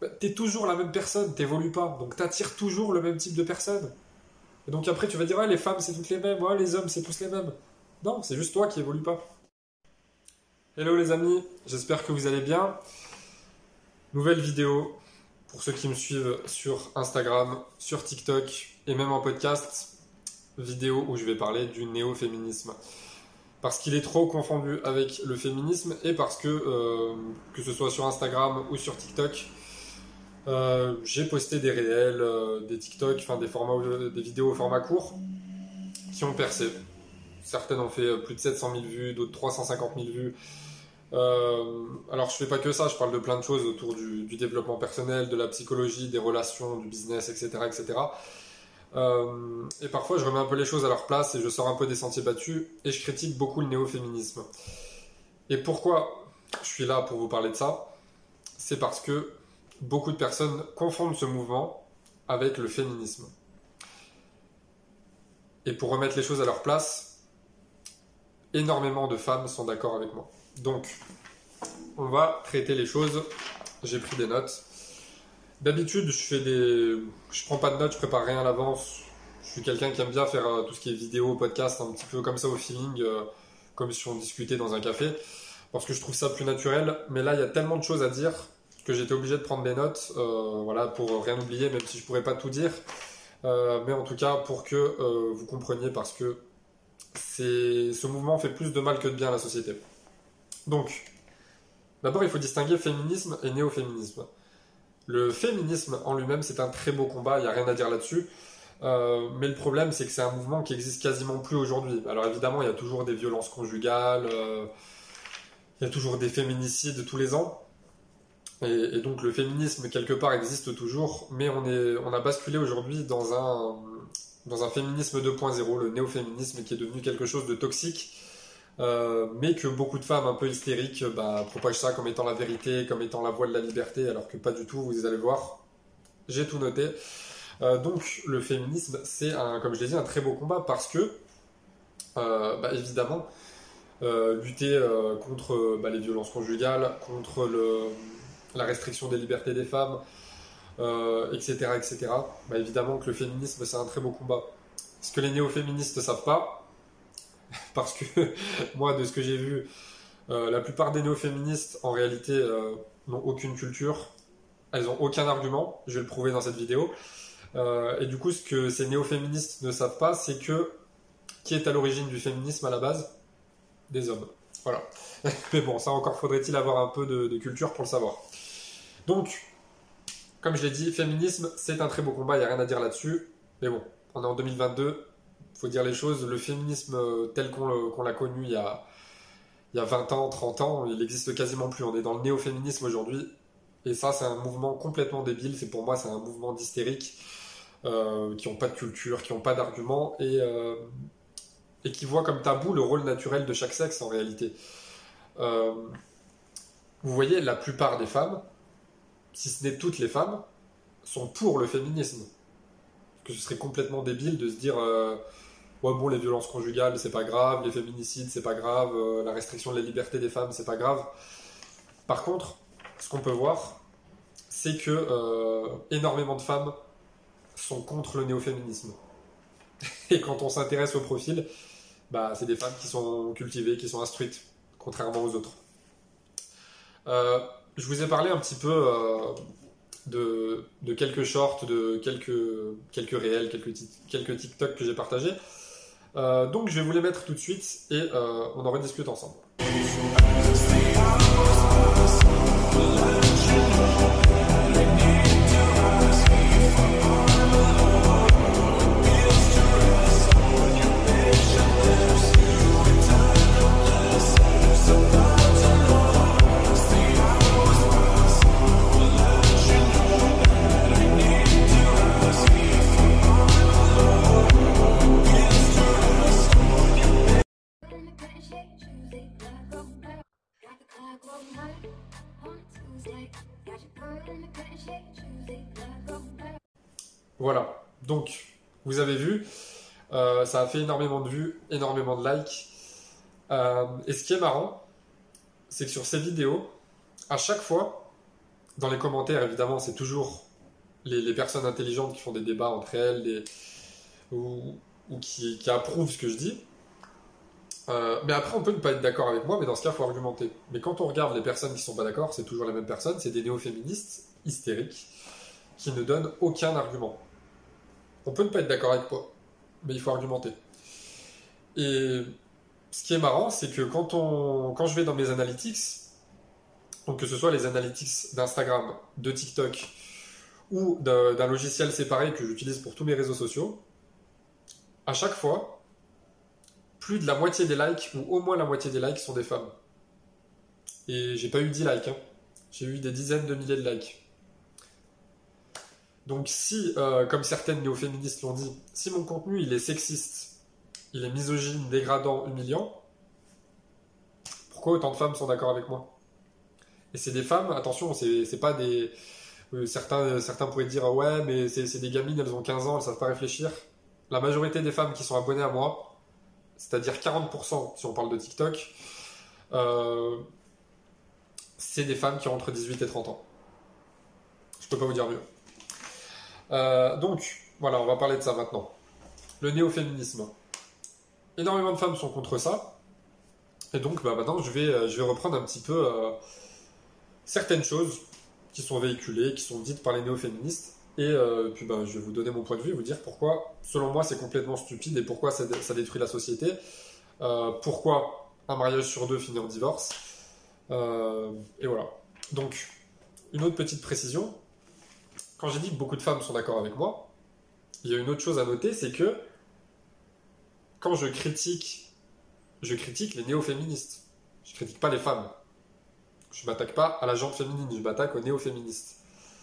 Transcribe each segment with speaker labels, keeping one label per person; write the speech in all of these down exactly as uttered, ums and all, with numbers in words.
Speaker 1: bah, t'es toujours la même personne, t'évolues pas. Donc t'attires toujours le même type de personne. Et donc après, tu vas dire, ouais, les femmes, c'est toutes les mêmes, ouais, les hommes, c'est tous les mêmes. Non, c'est juste toi qui évolue pas. Hello les amis, j'espère que vous allez bien. Nouvelle vidéo pour ceux qui me suivent sur Instagram, sur TikTok et même en podcast. Vidéo où je vais parler du néo-féminisme. Parce qu'il est trop confondu avec le féminisme et parce que, euh, que ce soit sur Instagram ou sur TikTok, euh, j'ai posté des réels, euh, des TikTok, enfin des, formats, des vidéos au format court qui ont percé. Certaines ont fait plus de sept cent mille vues, d'autres trois cent cinquante mille vues. Euh, alors je fais pas que ça, je parle de plein de choses autour du, du développement personnel, de la psychologie, des relations, du business, et cetera, et cetera. Euh, et parfois je remets un peu les choses à leur place et je sors un peu des sentiers battus et je critique beaucoup le néo-féminisme. Et pourquoi je suis là pour vous parler de ça? C'est parce que beaucoup de personnes confondent ce mouvement avec le féminisme. Et pour remettre les choses à leur place, énormément de femmes sont d'accord avec moi. Donc, on va traiter les choses. J'ai pris des notes. D'habitude, je fais des, je prends pas de notes, je prépare rien à l'avance. Je suis quelqu'un qui aime bien faire euh, tout ce qui est vidéo, podcast, un petit peu comme ça au feeling, euh, comme si on discutait dans un café, parce que je trouve ça plus naturel. Mais là, il y a tellement de choses à dire que j'étais obligé de prendre des notes, euh, voilà, pour rien oublier, même si je pourrais pas tout dire. Euh, mais en tout cas, pour que euh, vous compreniez, parce que c'est, ce mouvement fait plus de mal que de bien à la société. Donc, d'abord, il faut distinguer féminisme et néo-féminisme. Le féminisme en lui-même, c'est un très beau combat, il n'y a rien à dire là-dessus. Euh, mais le problème, c'est que c'est un mouvement qui existe quasiment plus aujourd'hui. Alors évidemment, il y a toujours des violences conjugales, euh, il y a toujours des féminicides tous les ans. Et, et donc le féminisme, quelque part, existe toujours, mais on, est, on a basculé aujourd'hui dans un, dans un féminisme deux point zéro, le néo-féminisme, qui est devenu quelque chose de toxique. Euh, mais que beaucoup de femmes un peu hystériques bah, propagent ça comme étant la vérité, comme étant la voie de la liberté, alors que pas du tout, vous allez voir. J'ai tout noté. Euh, donc le féminisme, c'est, un, comme je l'ai dit, un très beau combat parce que, euh, bah, évidemment, euh, lutter euh, contre bah, les violences conjugales, contre le, la restriction des libertés des femmes, euh, et cetera, et cetera. Bah, évidemment que le féminisme, c'est un très beau combat. Ce que les néo-féministes ne savent pas, parce que moi, de ce que j'ai vu, euh, la plupart des néo-féministes, en réalité, euh, n'ont aucune culture. Elles n'ont aucun argument. Je vais le prouver dans cette vidéo. Euh, et du coup, ce que ces néo-féministes ne savent pas, c'est que qui est à l'origine du féminisme à la base? Des hommes. Voilà. Mais bon, ça encore faudrait-il avoir un peu de, de culture pour le savoir. Donc, comme je l'ai dit, féminisme, c'est un très beau combat, il n'y a rien à dire là-dessus. Mais bon, on est en deux mille vingt-deux. Faut dire les choses, le féminisme tel qu'on, le, qu'on l'a connu il y, a, il y a vingt ans, trente ans, il n'existe quasiment plus. On est dans le néo-féminisme aujourd'hui. Et ça, c'est un mouvement complètement débile. C'est pour moi, c'est un mouvement d'hystériques euh, qui n'ont pas de culture, qui n'ont pas d'arguments et, euh, et qui voient comme tabou le rôle naturel de chaque sexe en réalité. Euh, vous voyez, la plupart des femmes, si ce n'est toutes les femmes, sont pour le féminisme. Parce que ce serait complètement débile de se dire... Euh, ouais, bon, les violences conjugales, c'est pas grave, les féminicides, c'est pas grave, euh, la restriction de la liberté des femmes, c'est pas grave. Par contre, ce qu'on peut voir, c'est que euh, énormément de femmes sont contre le néo-féminisme. Et quand on s'intéresse au profil, bah, c'est des femmes qui sont cultivées, qui sont instruites, contrairement aux autres. Euh, je vous ai parlé un petit peu euh, de, de quelques shorts, de quelques, quelques réels, quelques, quelques TikTok que j'ai partagés. Euh, donc je vais vous les mettre tout de suite et euh, on en rediscute ensemble. Voilà, donc vous avez vu, euh, ça a fait énormément de vues, énormément de likes. Euh, et ce qui est marrant, c'est que sur ces vidéos, à chaque fois, dans les commentaires, évidemment, c'est toujours les, les personnes intelligentes qui font des débats entre elles, des, ou, ou qui, qui approuvent ce que je dis. Euh, mais après, on peut ne pas être d'accord avec moi, mais dans ce cas, il faut argumenter. Mais quand on regarde les personnes qui ne sont pas d'accord, c'est toujours les mêmes personnes, c'est des néo-féministes hystériques qui ne donnent aucun argument. On peut ne pas être d'accord avec moi, mais il faut argumenter. Et ce qui est marrant, c'est que quand, on, quand je vais dans mes analytics, donc que ce soit les analytics d'Instagram, de TikTok, ou d'un, d'un logiciel séparé que j'utilise pour tous mes réseaux sociaux, à chaque fois, plus de la moitié des likes, ou au moins la moitié des likes, sont des femmes. Et j'ai pas eu dix likes, hein. J'ai eu des dizaines de milliers de likes. Donc si, euh, comme certaines néo-féministes l'ont dit, si mon contenu il est sexiste, il est misogyne, dégradant, humiliant, pourquoi autant de femmes sont d'accord avec moi? Et c'est des femmes, attention, c'est, c'est pas des... Euh, certains, certains pourraient dire, ouais, mais c'est, c'est des gamines, elles ont quinze ans, elles savent pas réfléchir. La majorité des femmes qui sont abonnées à moi, c'est-à-dire quarante pour cent si on parle de TikTok, euh, c'est des femmes qui ont entre dix-huit et trente ans. Je peux pas vous dire mieux. Euh, donc, voilà, on va parler de ça maintenant. Le néo-féminisme. Énormément de femmes sont contre ça. Et donc, bah, maintenant, je vais, je vais reprendre un petit peu euh, certaines choses qui sont véhiculées, qui sont dites par les néo-féministes. Et euh, puis bah, je vais vous donner mon point de vue, vous dire pourquoi, selon moi, c'est complètement stupide et pourquoi ça, ça détruit la société. Euh, pourquoi un mariage sur deux finit en divorce. Euh, et voilà. Donc, une autre petite précision. Quand j'ai dit que beaucoup de femmes sont d'accord avec moi, il y a une autre chose à noter, c'est que quand je critique, je critique les néo-féministes. Je critique pas les femmes. Je m'attaque pas à la gente féminine, je m'attaque aux néo-féministes.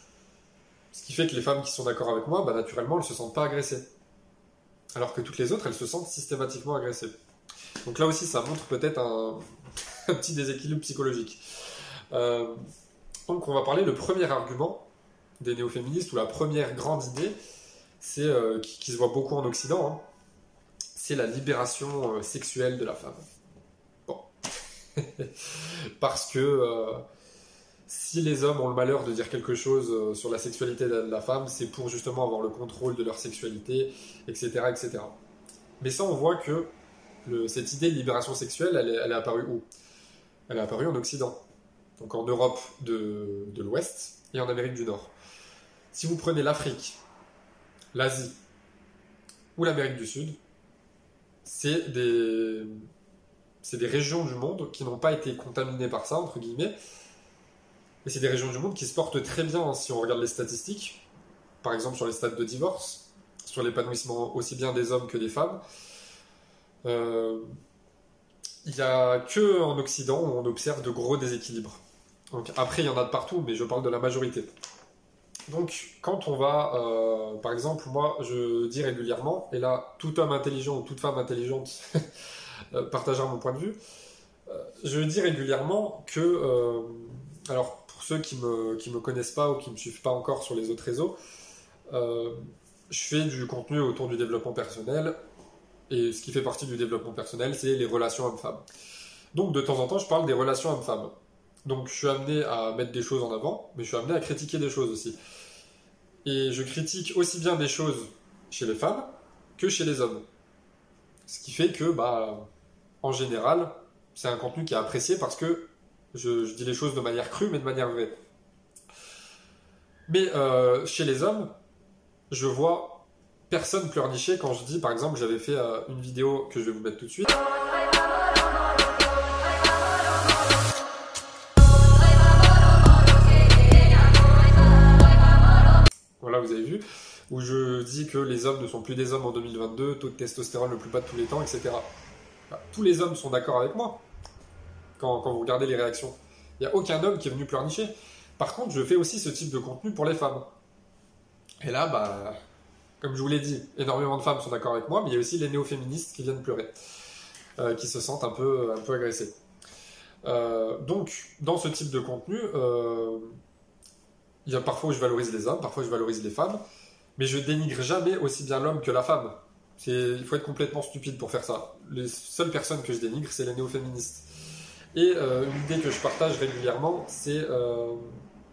Speaker 1: Ce qui fait que les femmes qui sont d'accord avec moi, bah, naturellement, elles ne se sentent pas agressées. Alors que toutes les autres, elles se sentent systématiquement agressées. Donc là aussi, ça montre peut-être un, un petit déséquilibre psychologique. Euh, donc on va parler, le premier argument des néo-féministes, ou la première grande idée, c'est, euh, qui, qui se voit beaucoup en Occident, hein, c'est la libération euh, sexuelle de la femme. Bon. Parce que... Euh, si les hommes ont le malheur de dire quelque chose sur la sexualité de la femme, c'est pour justement avoir le contrôle de leur sexualité, et cetera, et cetera. Mais ça, on voit que le, cette idée de libération sexuelle, elle est, elle est apparue où? Elle est apparue en Occident, donc en Europe de, de l'Ouest et en Amérique du Nord. Si vous prenez l'Afrique, l'Asie ou l'Amérique du Sud, c'est des, c'est des régions du monde qui n'ont pas été contaminées par ça, entre guillemets. Et c'est des régions du monde qui se portent très bien, hein, si on regarde les statistiques, par exemple sur les stades de divorce, sur l'épanouissement aussi bien des hommes que des femmes. Euh, il n'y a que en Occident où on observe de gros déséquilibres. Donc, après, il y en a de partout, mais je parle de la majorité. Donc, quand on va, euh, par exemple, moi, je dis régulièrement, et là, tout homme intelligent ou toute femme intelligente partagera mon point de vue, euh, je dis régulièrement que... Euh, alors, pour ceux qui me, qui me connaissent pas ou qui me suivent pas encore sur les autres réseaux, euh, je fais du contenu autour du développement personnel, et ce qui fait partie du développement personnel, c'est les relations hommes-femmes. Donc, de temps en temps, je parle des relations hommes-femmes. Donc, je suis amené à mettre des choses en avant, mais je suis amené à critiquer des choses aussi. Et je critique aussi bien des choses chez les femmes que chez les hommes. Ce qui fait que, bah, en général, c'est un contenu qui est apprécié parce que je, je dis les choses de manière crue, mais de manière vraie. Mais euh, chez les hommes, je vois personne pleurnicher quand je dis, par exemple, j'avais fait euh, une vidéo que je vais vous mettre tout de suite. Voilà, vous avez vu, où je dis que les hommes ne sont plus des hommes en deux mille vingt-deux, taux de testostérone le plus bas de tous les temps, et cetera. Bah, tous les hommes sont d'accord avec moi quand, quand vous regardez les réactions. Il n'y a aucun homme qui est venu pleurnicher. Par contre, je fais aussi ce type de contenu pour les femmes. Et là, bah, comme je vous l'ai dit, énormément de femmes sont d'accord avec moi, mais il y a aussi les néo-féministes qui viennent pleurer, euh, qui se sentent un peu, un peu agressées. Euh, donc, dans ce type de contenu, euh, il y a parfois où je valorise les hommes, parfois je valorise les femmes, mais je dénigre jamais aussi bien l'homme que la femme. C'est, il faut être complètement stupide pour faire ça. Les seules personnes que je dénigre, c'est les néo-féministes. Et euh, une idée que je partage régulièrement, c'est euh,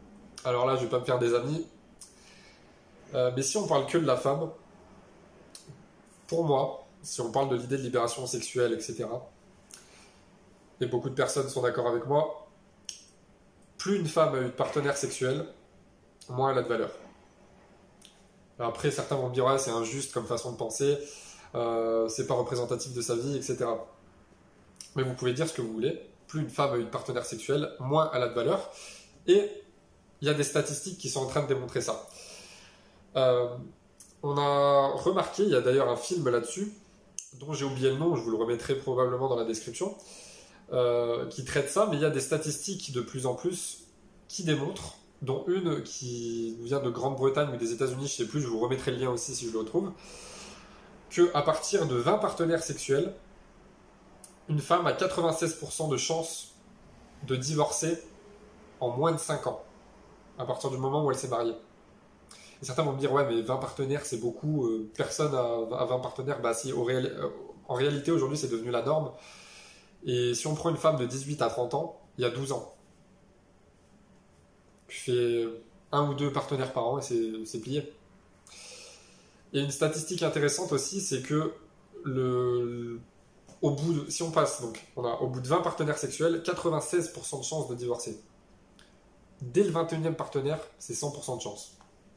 Speaker 1: Alors là, je vais pas me faire des amis. Euh, mais si on parle que de la femme, pour moi, si on parle de l'idée de libération sexuelle, et cetera, et beaucoup de personnes sont d'accord avec moi, plus une femme a eu de partenaire sexuel, moins elle a de valeur. Alors après, certains vont me dire, ouais, c'est injuste comme façon de penser, euh, c'est pas représentatif de sa vie, et cetera. Mais vous pouvez dire ce que vous voulez, plus une femme a eu de partenaire sexuel, moins elle a de valeur. Et il y a des statistiques qui sont en train de démontrer ça. Euh, on a remarqué, il y a d'ailleurs un film là-dessus, dont j'ai oublié le nom, je vous le remettrai probablement dans la description, euh, qui traite ça, mais il y a des statistiques de plus en plus qui démontrent, dont une qui vient de Grande-Bretagne ou des États-Unis, je ne sais plus, je vous remettrai le lien aussi si je le retrouve, qu'à partir de vingt partenaires sexuels, une femme a quatre-vingt-seize pour cent de chances de divorcer en moins de cinq ans, à partir du moment où elle s'est mariée. Et certains vont me dire, ouais, mais vingt partenaires, c'est beaucoup, euh, personne à vingt partenaires. Bah si, au réel, euh, en réalité, aujourd'hui, c'est devenu la norme. Et si on prend une femme de dix-huit à trente ans, il y a douze ans. Tu fais un ou deux partenaires par an et c'est, c'est plié. Et une statistique intéressante aussi, c'est que le, au bout de, si on passe, donc, on a au bout de vingt partenaires sexuels, quatre-vingt-seize pour cent de chances de divorcer. Dès le vingt et unième partenaire, c'est cent pour cent de chance.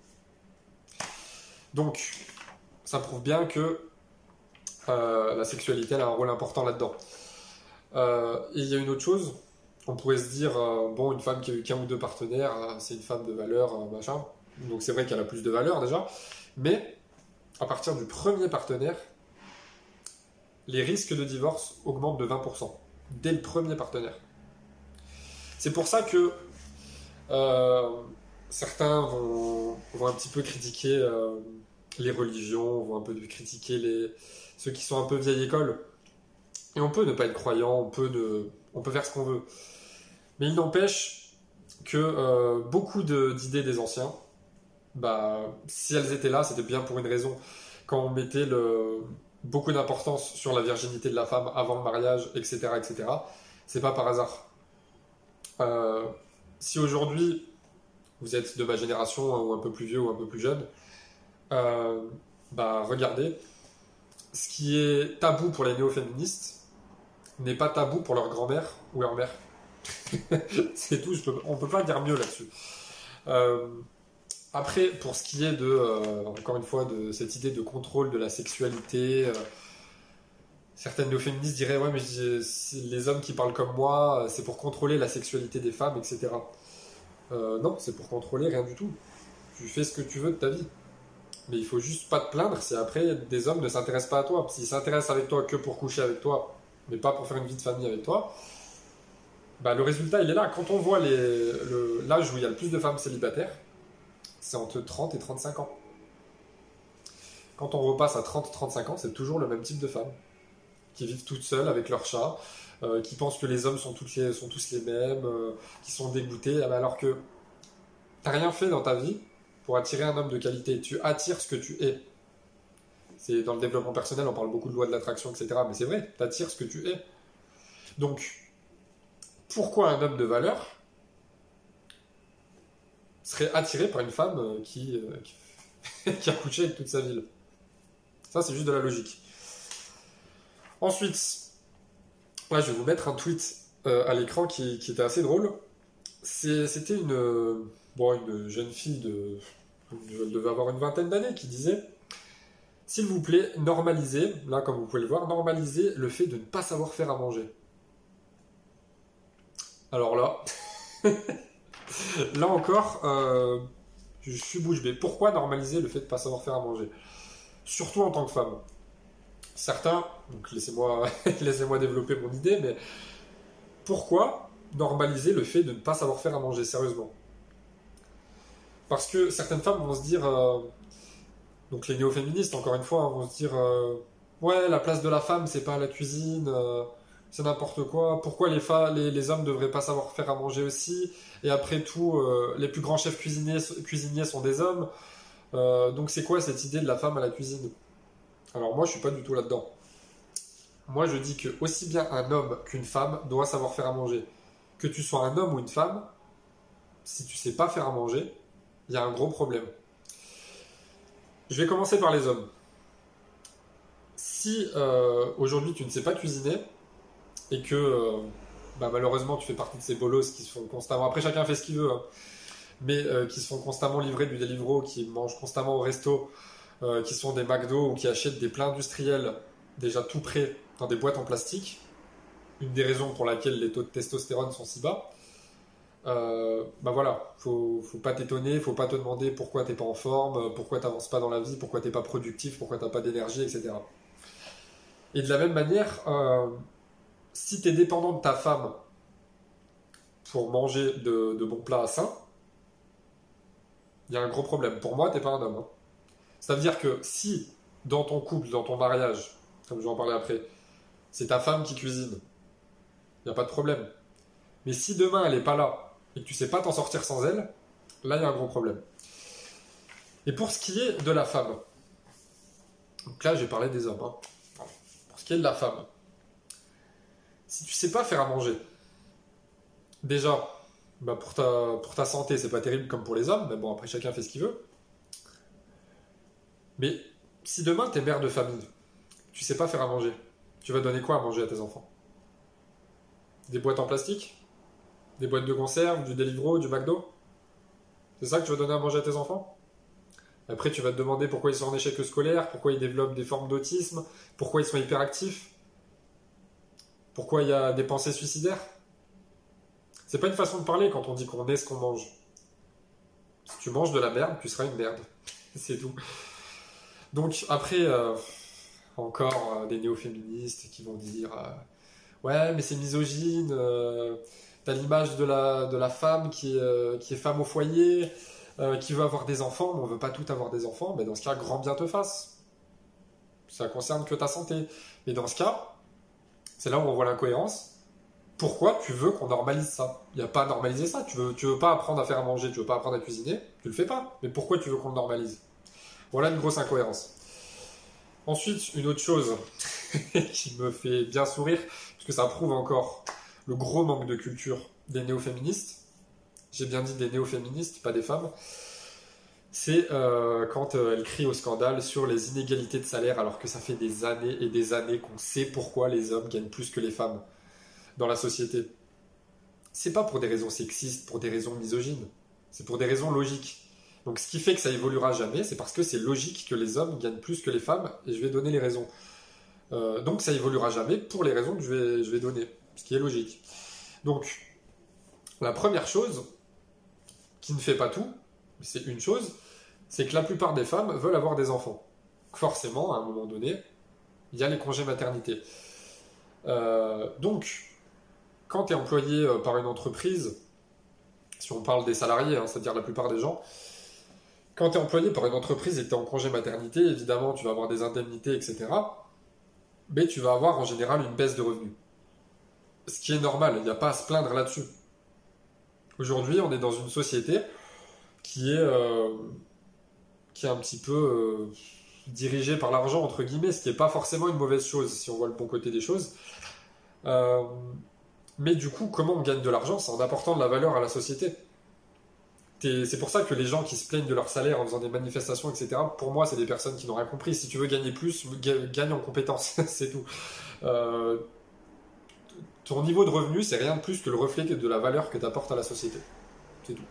Speaker 1: Donc, ça prouve bien que euh, la sexualité elle a un rôle important là-dedans. Euh, et il y a une autre chose, on pourrait se dire, euh, bon, une femme qui a eu qu'un ou deux partenaires, euh, c'est une femme de valeur, euh, machin. Donc c'est vrai qu'elle a plus de valeur déjà. Mais à partir du premier partenaire, les risques de divorce augmentent de vingt pour cent. Dès le premier partenaire. C'est pour ça que euh, certains vont, vont un petit peu critiquer euh, les religions, vont un peu critiquer les, ceux qui sont un peu vieille école. Et on peut ne pas être croyant, on peut, ne, on peut faire ce qu'on veut. Mais il n'empêche que euh, beaucoup de, d'idées des anciens, bah, si elles étaient là, c'était bien pour une raison. Quand on mettait le, beaucoup d'importance sur la virginité de la femme avant le mariage, et cetera, et cetera, c'est pas par hasard. Euh, si aujourd'hui, vous êtes de ma génération, hein, ou un peu plus vieux ou un peu plus jeune, euh, bah, regardez, ce qui est tabou pour les néo-féministes n'est pas tabou pour leur grand-mère ou leur mère. C'est tout, je peux, on peut pas dire mieux là-dessus. Euh, après, pour ce qui est de, euh, encore une fois, de cette idée de contrôle de la sexualité, euh, certaines néo-féministes diraient, ouais, mais les hommes qui parlent comme moi, c'est pour contrôler la sexualité des femmes, et cetera. Euh, non, c'est pour contrôler rien du tout. Tu fais ce que tu veux de ta vie. Mais il faut juste pas te plaindre si après des hommes ne s'intéressent pas à toi. S'ils s'intéressent avec toi que pour coucher avec toi, mais pas pour faire une vie de famille avec toi, bah le résultat il est là. Quand on voit les, le, l'âge où il y a le plus de femmes célibataires, c'est entre trente et trente-cinq ans. Quand on repasse à trente à trente-cinq ans, c'est toujours le même type de femmes qui vivent toutes seules avec leur chat, euh, qui pensent que les hommes sont, toutes les, sont tous les mêmes, euh, qui sont dégoûtés, alors que t'as rien fait dans ta vie pour attirer un homme de qualité. Tu attires ce que tu es. C'est dans le développement personnel, on parle beaucoup de loi de l'attraction, et cetera. Mais c'est vrai, tu attires ce que tu es. Donc, pourquoi un homme de valeur serait attiré par une femme qui, euh, qui a couché avec toute sa ville? Ça, c'est juste de la logique. Ensuite, là, je vais vous mettre un tweet euh, à l'écran qui, qui était assez drôle. C'est, c'était une, euh, bon, une jeune fille de... Elle devait avoir une vingtaine d'années qui disait... S'il vous plaît, normalisez, là comme vous pouvez le voir, normalisez le fait de ne pas savoir faire à manger. Alors là, là encore, euh, je suis bouche bée. Pourquoi normaliser le fait de ne pas savoir faire à manger? Surtout en tant que femme. Certains, donc laissez-moi, laissez-moi développer mon idée, mais pourquoi normaliser le fait de ne pas savoir faire à manger, sérieusement? Parce que certaines femmes vont se dire... Euh, Donc les néo-féministes, encore une fois, hein, vont se dire euh, ouais, la place de la femme, c'est pas à la cuisine, euh, c'est n'importe quoi. Pourquoi les, fa- les, les hommes devraient pas savoir faire à manger aussi? Et après tout, euh, les plus grands chefs cuisiniers, cuisiniers sont des hommes. Euh, donc c'est quoi cette idée de la femme à la cuisine? Alors moi, je suis pas du tout là-dedans. Moi, je dis que aussi bien un homme qu'une femme doit savoir faire à manger. Que tu sois un homme ou une femme, si tu sais pas faire à manger, il y a un gros problème. Je vais commencer par les hommes. Si euh, aujourd'hui tu ne sais pas cuisiner et que euh, bah, malheureusement tu fais partie de ces bolosses qui se font constamment, après chacun fait ce qu'il veut, hein, mais euh, qui se font constamment livrer du Deliveroo, qui mangent constamment au resto, euh, qui sont des McDo ou qui achètent des plats industriels déjà tout prêts dans des boîtes en plastique, une des raisons pour laquelle les taux de testostérone sont si bas, euh, bah voilà, faut, faut pas t'étonner, faut pas te demander pourquoi t'es pas en forme, pourquoi t'avances pas dans la vie, pourquoi t'es pas productif, pourquoi t'as pas d'énergie, et cetera. Et de la même manière, euh, si t'es dépendant de ta femme pour manger de, de bons plats sains, il y a un gros problème. Pour moi, t'es pas un homme. Hein. Ça veut dire que si, dans ton couple, dans ton mariage, comme je vais en parler après, c'est ta femme qui cuisine, il n'y a pas de problème. Mais si demain, elle n'est pas là, et que tu sais pas t'en sortir sans elle, là, il y a un gros problème. Et pour ce qui est de la femme, donc là, j'ai parlé des hommes. Hein. Pour ce qui est de la femme, si tu sais pas faire à manger, déjà, bah pour, ta, pour ta santé, c'est pas terrible comme pour les hommes, mais bon, après, chacun fait ce qu'il veut. Mais si demain, t'es mère de famille, tu sais pas faire à manger, tu vas donner quoi à manger à tes enfants? Des boîtes en plastique? Des boîtes de conserve, du Deliveroo, du McDo? C'est ça que tu vas donner à manger à tes enfants? Après, tu vas te demander pourquoi ils sont en échec scolaire, pourquoi ils développent des formes d'autisme, pourquoi ils sont hyperactifs, pourquoi il y a des pensées suicidaires. C'est pas une façon de parler quand on dit qu'on est ce qu'on mange. Si tu manges de la merde, tu seras une merde. C'est tout. Donc, après, euh, encore euh, des néo-féministes qui vont dire euh, ouais, mais c'est misogyne, euh, t'as l'image de la, de la femme qui est, euh, qui est femme au foyer, euh, qui veut avoir des enfants, mais on veut pas tout avoir des enfants, mais dans ce cas, grand bien te fasse. Ça concerne que ta santé. Mais dans ce cas, c'est là où on voit l'incohérence. Pourquoi tu veux qu'on normalise ça? Il n'y a pas à normaliser ça. Tu veux, tu veux pas apprendre à faire à manger, tu veux pas apprendre à cuisiner, tu le fais pas. Mais pourquoi tu veux qu'on le normalise? Voilà une grosse incohérence. Ensuite, une autre chose qui me fait bien sourire, parce que ça prouve encore le gros manque de culture des néo-féministes. J'ai bien dit des néo-féministes, pas des femmes. C'est euh, quand euh, elles crient au scandale sur les inégalités de salaire, alors que ça fait des années et des années qu'on sait pourquoi les hommes gagnent plus que les femmes dans la société. C'est pas pour des raisons sexistes, pour des raisons misogynes. C'est pour des raisons logiques. Donc ce qui fait que ça évoluera jamais, c'est parce que c'est logique que les hommes gagnent plus que les femmes, et je vais donner les raisons. Euh, donc ça évoluera jamais pour les raisons que je vais, je vais donner, ce qui est logique. Donc, la première chose, qui ne fait pas tout, c'est une chose, c'est que la plupart des femmes veulent avoir des enfants. Forcément, à un moment donné, il y a les congés maternité. Euh, donc, quand tu es employé par une entreprise, si on parle des salariés, hein, c'est-à-dire la plupart des gens, quand tu es employé par une entreprise et que tu es en congé maternité, évidemment, tu vas avoir des indemnités, et cetera. Mais tu vas avoir en général une baisse de revenus. Ce qui est normal, il n'y a pas à se plaindre là-dessus. Aujourd'hui, on est dans une société qui est, euh, qui est un petit peu euh, dirigée par l'argent, entre guillemets, ce qui n'est pas forcément une mauvaise chose, si on voit le bon côté des choses. Euh, mais du coup, comment on gagne de l'argent? C'est en apportant de la valeur à la société. T'es, c'est pour ça que les gens qui se plaignent de leur salaire en faisant des manifestations, et cetera, pour moi, c'est des personnes qui n'ont rien compris. Si tu veux gagner plus, gagne en compétences, c'est tout. Euh, ton niveau de revenu, c'est rien de plus que le reflet de la valeur que tu apportes à la société. C'est tout.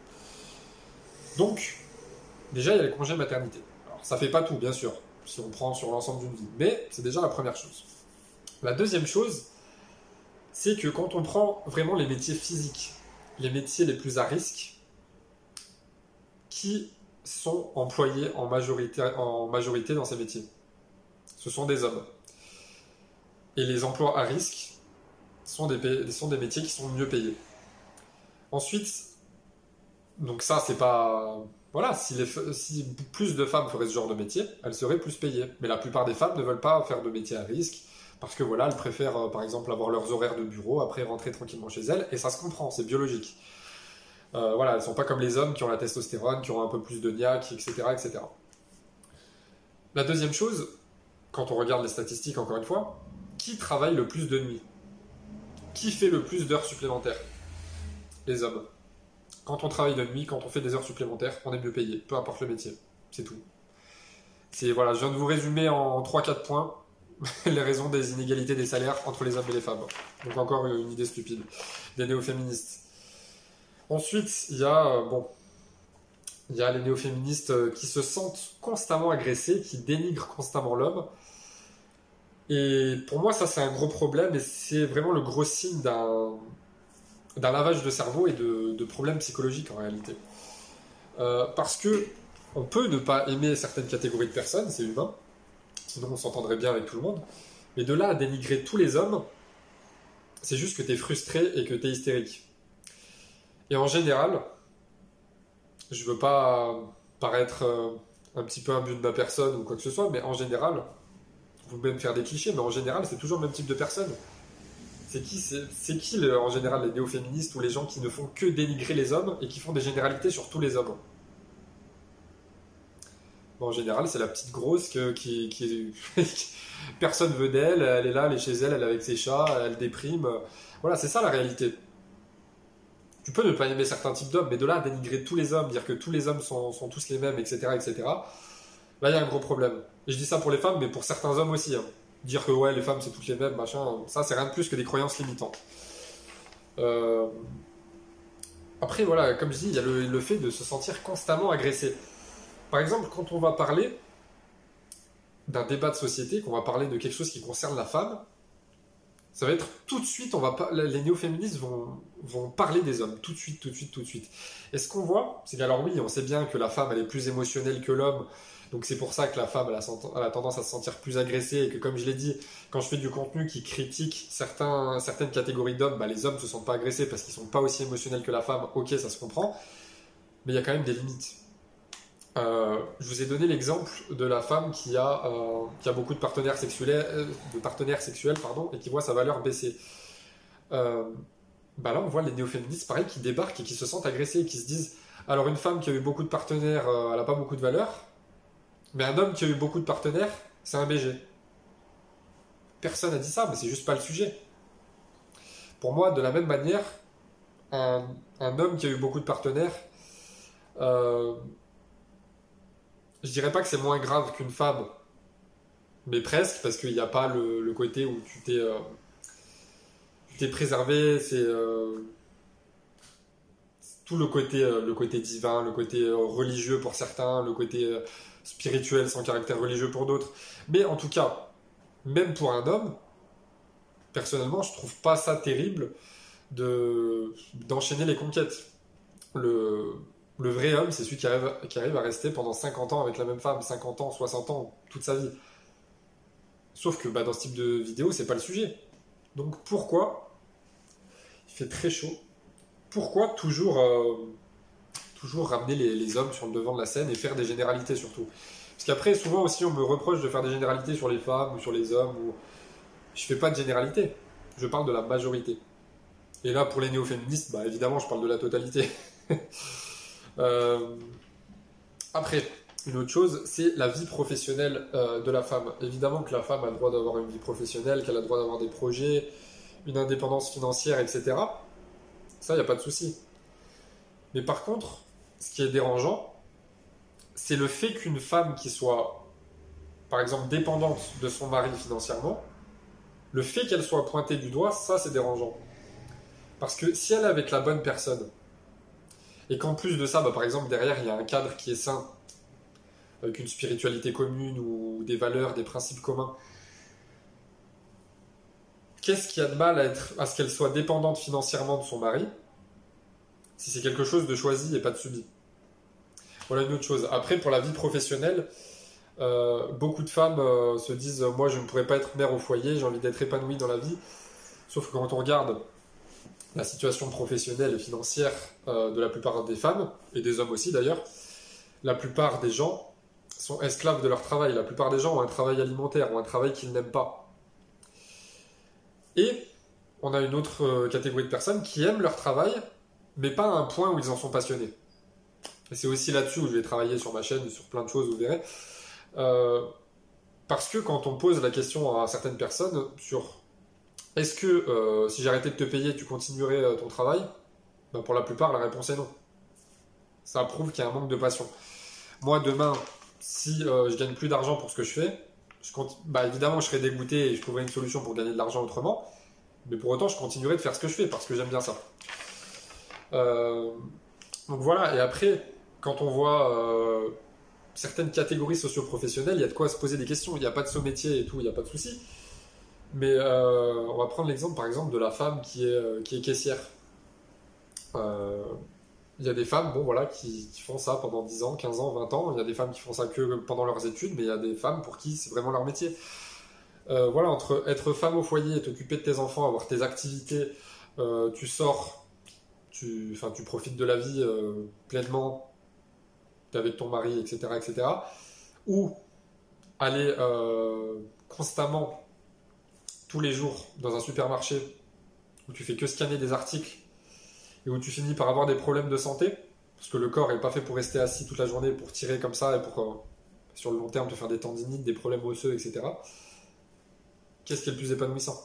Speaker 1: Donc, déjà, il y a les congés maternité. Alors, ça fait pas tout, bien sûr, si on prend sur l'ensemble d'une vie, mais c'est déjà la première chose. La deuxième chose, c'est que quand on prend vraiment les métiers physiques, les métiers les plus à risque, qui sont employés en majorité, en majorité dans ces métiers? Ce sont des hommes. Et les emplois à risque sont des, sont des métiers qui sont mieux payés. Ensuite, donc ça, c'est pas... Voilà, si, les, si plus de femmes feraient ce genre de métier, elles seraient plus payées. Mais la plupart des femmes ne veulent pas faire de métier à risque, parce que voilà, elles préfèrent, euh, par exemple, avoir leurs horaires de bureau, après rentrer tranquillement chez elles, et ça se comprend, c'est biologique. Euh, voilà, elles sont pas comme les hommes qui ont la testostérone, qui ont un peu plus de niaque, et cetera, et cetera. La deuxième chose, quand on regarde les statistiques encore une fois, qui travaille le plus de nuit? Qui fait le plus d'heures supplémentaires? Les hommes. Quand on travaille de nuit, quand on fait des heures supplémentaires, on est mieux payé, peu importe le métier. C'est tout. C'est, voilà, je viens de vous résumer en trois quatre points les raisons des inégalités des salaires entre les hommes et les femmes. Donc encore une idée stupide des néo-féministes. Ensuite, il y a, euh, bon, il y a les néo-féministes euh, qui se sentent constamment agressés, qui dénigrent constamment l'homme. Et pour moi, ça c'est un gros problème et c'est vraiment le gros signe d'un, d'un lavage de cerveau et de, de problèmes psychologiques en réalité. Euh, parce que on peut ne pas aimer certaines catégories de personnes, c'est humain, sinon on s'entendrait bien avec tout le monde. Mais de là à dénigrer tous les hommes, c'est juste que tu es frustré et que tu es hystérique. Et en général, je veux pas paraître euh, un petit peu imbu de ma personne ou quoi que ce soit, mais en général, vous pouvez me faire des clichés, mais en général, c'est toujours le même type de personne. C'est qui, c'est, c'est qui le, en général, les néo-féministes ou les gens qui ne font que dénigrer les hommes et qui font des généralités sur tous les hommes? Bon, en général, c'est la petite grosse que, qui, qui personne veut d'elle, elle est là, elle est chez elle, elle est avec ses chats, elle déprime. Voilà, c'est ça la réalité. Tu peux ne pas aimer certains types d'hommes, mais de là à dénigrer tous les hommes, dire que tous les hommes sont, sont tous les mêmes, et cetera, et cetera, là, il y a un gros problème. Et je dis ça pour les femmes, mais pour certains hommes aussi. Hein. Dire que ouais, les femmes, c'est toutes les mêmes, machin, ça, c'est rien de plus que des croyances limitantes. Euh... Après, voilà, comme je dis, il y a le, le fait de se sentir constamment agressé. Par exemple, quand on va parler d'un débat de société, qu'on va parler de quelque chose qui concerne la femme, ça va être tout de suite, on va pas, les néo-féministes vont, vont parler des hommes, tout de suite, tout de suite, tout de suite. Et ce qu'on voit, c'est qu'alors oui, on sait bien que la femme, elle est plus émotionnelle que l'homme, donc c'est pour ça que la femme, elle a, elle a tendance à se sentir plus agressée, et que comme je l'ai dit, quand je fais du contenu qui critique certains, certaines catégories d'hommes, bah, les hommes ne se sentent pas agressés parce qu'ils sont pas aussi émotionnels que la femme, ok, ça se comprend, mais il y a quand même des limites. Euh, je vous ai donné l'exemple de la femme qui a, euh, qui a beaucoup de partenaires sexuels, euh, de partenaires sexuels pardon, et qui voit sa valeur baisser. Euh, bah là, on voit les néo-féministes, pareil, qui débarquent et qui se sentent agressés, et qui se disent alors une femme qui a eu beaucoup de partenaires, euh, elle n'a pas beaucoup de valeur, mais un homme qui a eu beaucoup de partenaires, c'est un B G. Personne n'a dit ça, mais c'est juste pas le sujet. Pour moi, de la même manière, un, un homme qui a eu beaucoup de partenaires, euh, je dirais pas que c'est moins grave qu'une femme, mais presque, parce qu'il n'y a pas le, le côté où tu t'es, euh, tu t'es préservé, c'est euh, tout le côté, euh, le côté divin, le côté euh, religieux pour certains, le côté euh, spirituel sans caractère religieux pour d'autres. Mais en tout cas, même pour un homme, personnellement, je trouve pas ça terrible de, d'enchaîner les conquêtes. Le, le vrai homme, c'est celui qui arrive, qui arrive à rester pendant cinquante ans avec la même femme, cinquante ans, soixante ans, toute sa vie. Sauf que bah, dans ce type de vidéo, c'est pas le sujet. Donc pourquoi, il fait très chaud, pourquoi toujours, euh, toujours ramener les, les hommes sur le devant de la scène et faire des généralités surtout? Parce qu'après, souvent aussi, on me reproche de faire des généralités sur les femmes ou sur les hommes. Ou... Je fais pas de généralité, je parle de la majorité. Et là, pour les néo-féministes, bah, évidemment, je parle de la totalité. euh... Après, une autre chose, c'est la vie professionnelle euh, de la femme. Évidemment que la femme a le droit d'avoir une vie professionnelle, qu'elle a le droit d'avoir des projets, une indépendance financière, et cetera. Ça, il n'y a pas de souci. Mais par contre, ce qui est dérangeant, c'est le fait qu'une femme qui soit, par exemple, dépendante de son mari financièrement, le fait qu'elle soit pointée du doigt, ça, c'est dérangeant. Parce que si elle est avec la bonne personne, et qu'en plus de ça, bah, par exemple, derrière, il y a un cadre qui est sain, avec une spiritualité commune ou des valeurs, des principes communs, qu'est-ce qu'il y a de mal à, être, à ce qu'elle soit dépendante financièrement de son mari, si c'est quelque chose de choisi et pas de subi? Voilà une autre chose. Après, pour la vie professionnelle, euh, beaucoup de femmes euh, se disent « Moi, je ne pourrais pas être mère au foyer, j'ai envie d'être épanouie dans la vie. » Sauf que quand on regarde la situation professionnelle et financière euh, de la plupart des femmes, et des hommes aussi d'ailleurs, la plupart des gens sont esclaves de leur travail. La plupart des gens ont un travail alimentaire, ont un travail qu'ils n'aiment pas. Et on a une autre euh, catégorie de personnes qui aiment leur travail, mais pas à un point où ils en sont passionnés. Et c'est aussi là-dessus où je vais travailler sur ma chaîne et sur plein de choses, vous verrez. Euh, parce que quand on pose la question à certaines personnes sur est-ce que euh, si j'arrêtais de te payer, tu continuerais euh, ton travail, ben pour la plupart, la réponse est non. Ça prouve qu'il y a un manque de passion. Moi, demain, si euh, je gagne plus d'argent pour ce que je fais, je compte... bah, évidemment, je serai dégoûté et je trouverai une solution pour gagner de l'argent autrement. Mais pour autant, je continuerai de faire ce que je fais parce que j'aime bien ça. Euh... Donc voilà, et après, quand on voit euh, certaines catégories socio-professionnelles, il y a de quoi se poser des questions. Il n'y a pas de sous-métier et tout, il n'y a pas de souci. Mais euh, on va prendre l'exemple, par exemple, de la femme qui est, euh, qui est caissière. Euh, Il y a des femmes bon, voilà, qui, qui font ça pendant dix ans, quinze ans, vingt ans. Il y a des femmes qui font ça que pendant leurs études, mais il y a des femmes pour qui c'est vraiment leur métier. Euh, voilà, entre être femme au foyer, t'occuper de tes enfants, avoir tes activités, euh, tu sors, tu, enfin, tu profites de la vie euh, pleinement, t'es avec ton mari, et cetera, et cetera. Ou aller euh, constamment, tous les jours, dans un supermarché où tu fais que scanner des articles et où tu finis par avoir des problèmes de santé, parce que le corps n'est pas fait pour rester assis toute la journée, pour tirer comme ça et pour, euh, sur le long terme, te faire des tendinites, des problèmes osseux, et cetera. Qu'est-ce qui est le plus épanouissant?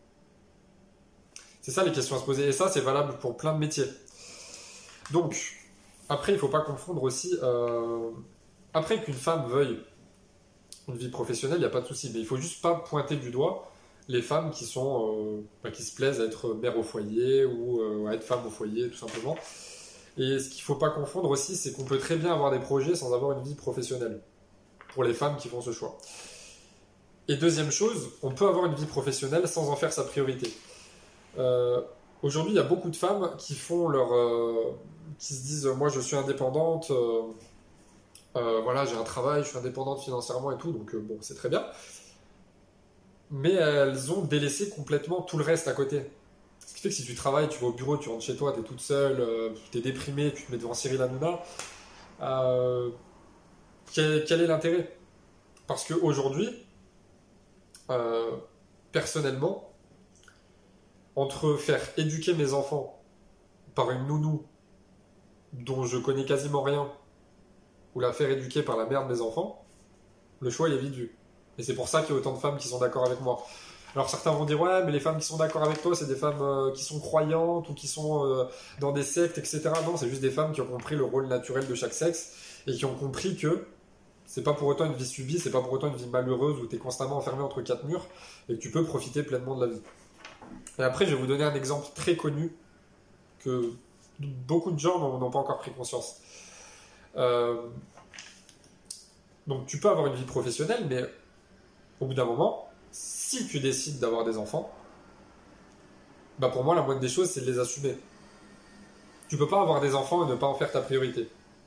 Speaker 1: C'est ça les questions à se poser, et ça c'est valable pour plein de métiers. Donc, après il ne faut pas confondre aussi, euh, après qu'une femme veuille une vie professionnelle, il n'y a pas de souci, mais il ne faut juste pas pointer du doigt les femmes qui sont euh, bah, qui se plaisent à être mère au foyer ou euh, à être femme au foyer tout simplement. Et ce qu'il ne faut pas confondre aussi, c'est qu'on peut très bien avoir des projets sans avoir une vie professionnelle pour les femmes qui font ce choix. Et deuxième chose, on peut avoir une vie professionnelle sans en faire sa priorité. Euh, Aujourd'hui, il y a beaucoup de femmes qui font leur, euh, qui se disent moi je suis indépendante, euh, euh, voilà j'ai un travail, je suis indépendante financièrement et tout, donc euh, bon c'est très bien. Mais elles ont délaissé complètement tout le reste à côté. Ce qui fait que si tu travailles, tu vas au bureau, tu rentres chez toi, tu es toute seule, euh, tu es déprimé, tu te mets devant Cyril Hanouna, euh, quel, quel est l'intérêt? Parce qu'aujourd'hui, euh, personnellement, entre faire éduquer mes enfants par une nounou dont je connais quasiment rien, ou la faire éduquer par la mère de mes enfants, le choix il est vite vu. Et c'est pour ça qu'il y a autant de femmes qui sont d'accord avec moi. Alors certains vont dire ouais mais les femmes qui sont d'accord avec toi c'est des femmes euh, qui sont croyantes ou qui sont euh, dans des sectes et cetera. Non, c'est juste des femmes qui ont compris le rôle naturel de chaque sexe et qui ont compris que c'est pas pour autant une vie subie, c'est pas pour autant une vie malheureuse où tu es constamment enfermé entre quatre murs et que tu peux profiter pleinement de la vie. Et après je vais vous donner un exemple très connu que beaucoup de gens n'ont pas encore pris conscience. Euh, donc tu peux avoir une vie professionnelle mais au bout d'un moment, si tu décides d'avoir des enfants, bah pour moi la moindre des choses c'est de les assumer. Tu peux pas avoir des enfants et ne pas en faire ta priorité.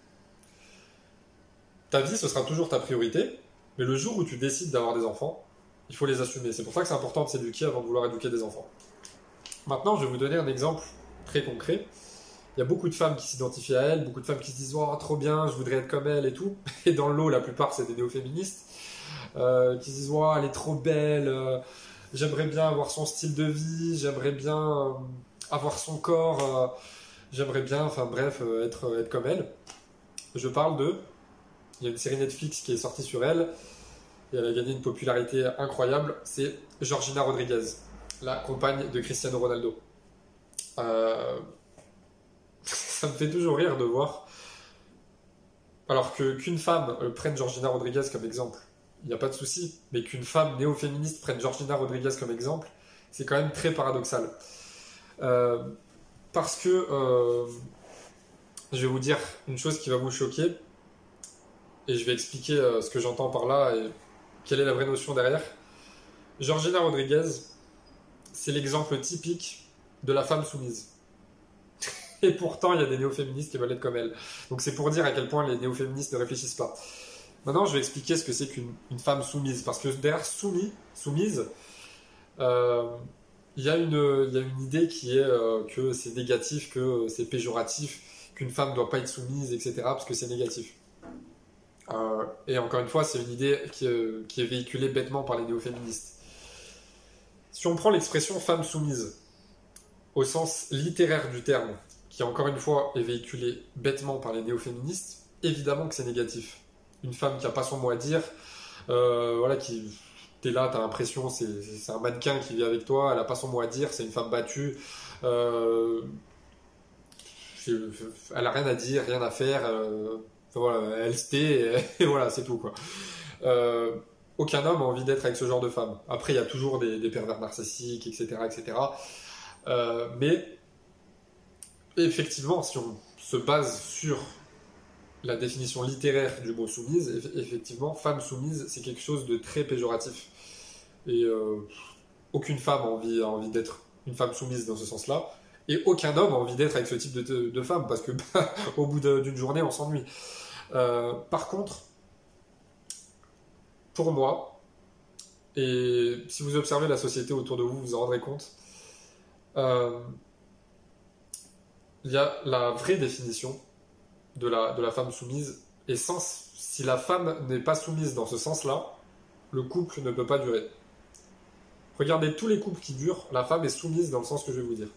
Speaker 1: Ta vie ce sera toujours ta priorité, mais le jour où tu décides d'avoir des enfants, il faut les assumer. C'est pour ça que c'est important de s'éduquer avant de vouloir éduquer des enfants. Maintenant je vais vous donner un exemple très concret. Il y a beaucoup de femmes qui s'identifient à elle, beaucoup de femmes qui se disent oh trop bien, je voudrais être comme elle et tout. Et dans le lot la plupart c'est des néo-féministes. Euh, qui se disent wow, elle est trop belle, euh, j'aimerais bien avoir son style de vie, j'aimerais bien euh, avoir son corps, euh, j'aimerais bien, enfin bref, euh, être, être comme elle. Je parle de, il y a une série Netflix qui est sortie sur elle et elle a gagné une popularité incroyable, c'est Georgina Rodriguez, la compagne de Cristiano Ronaldo. Euh, ça me fait toujours rire de voir, alors que qu'une femme euh, prenne Georgina Rodriguez comme exemple. Il n'y a pas de souci, mais qu'une femme néo-féministe prenne Georgina Rodriguez comme exemple, c'est quand même très paradoxal. Euh, parce que, euh, je vais vous dire une chose qui va vous choquer, et je vais expliquer euh, ce que j'entends par là et quelle est la vraie notion derrière. Georgina Rodriguez, c'est l'exemple typique de la femme soumise. Et pourtant, il y a des néo-féministes qui veulent être comme elle. Donc c'est pour dire à quel point les néo-féministes ne réfléchissent pas. Maintenant, je vais expliquer ce que c'est qu'une une femme soumise. Parce que derrière soumis, soumise, euh, il y a une, il y a une idée qui est euh, que c'est négatif, que c'est péjoratif, qu'une femme ne doit pas être soumise, et cetera. Parce que c'est négatif. Euh, et encore une fois, c'est une idée qui, euh, qui est véhiculée bêtement par les néo-féministes. Si on prend l'expression femme soumise, au sens littéraire du terme, qui encore une fois est véhiculée bêtement par les néo-féministes, évidemment que c'est négatif. Une femme qui n'a pas son mot à dire, euh, voilà, qui t'es là, t'as l'impression c'est, c'est un mannequin qui vit avec toi, elle n'a pas son mot à dire, c'est une femme battue, euh, elle a rien à dire, rien à faire, euh, enfin, voilà, elle se tait, et, et voilà, c'est tout, quoi. Euh, aucun homme a envie d'être avec ce genre de femme. Après, il y a toujours des, des pervers narcissiques, et cetera, et cetera. Euh, mais effectivement, si on se base sur la définition littéraire du mot soumise, eff- effectivement, femme soumise, c'est quelque chose de très péjoratif. Et euh, aucune femme a envie, a envie d'être une femme soumise dans ce sens-là. Et aucun homme a envie d'être avec ce type de, de, de femme, parce que bah, au bout de- d'une journée, on s'ennuie. Euh, par contre, pour moi, et si vous observez la société autour de vous, vous en rendrez compte, euh, il y a la vraie définition de la, de la femme soumise. Et sans, si la femme n'est pas soumise dans ce sens-là, le couple ne peut pas durer. Regardez tous les couples qui durent, la femme est soumise dans le sens que je vais vous dire.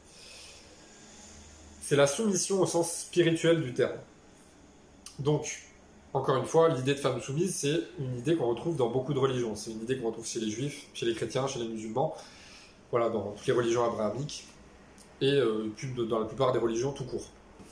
Speaker 1: C'est la soumission au sens spirituel du terme. Donc, encore une fois, l'idée de femme soumise, c'est une idée qu'on retrouve dans beaucoup de religions. C'est une idée qu'on retrouve chez les juifs, chez les chrétiens, chez les musulmans, voilà, dans toutes les religions abrahamiques, et euh, dans la plupart des religions tout court.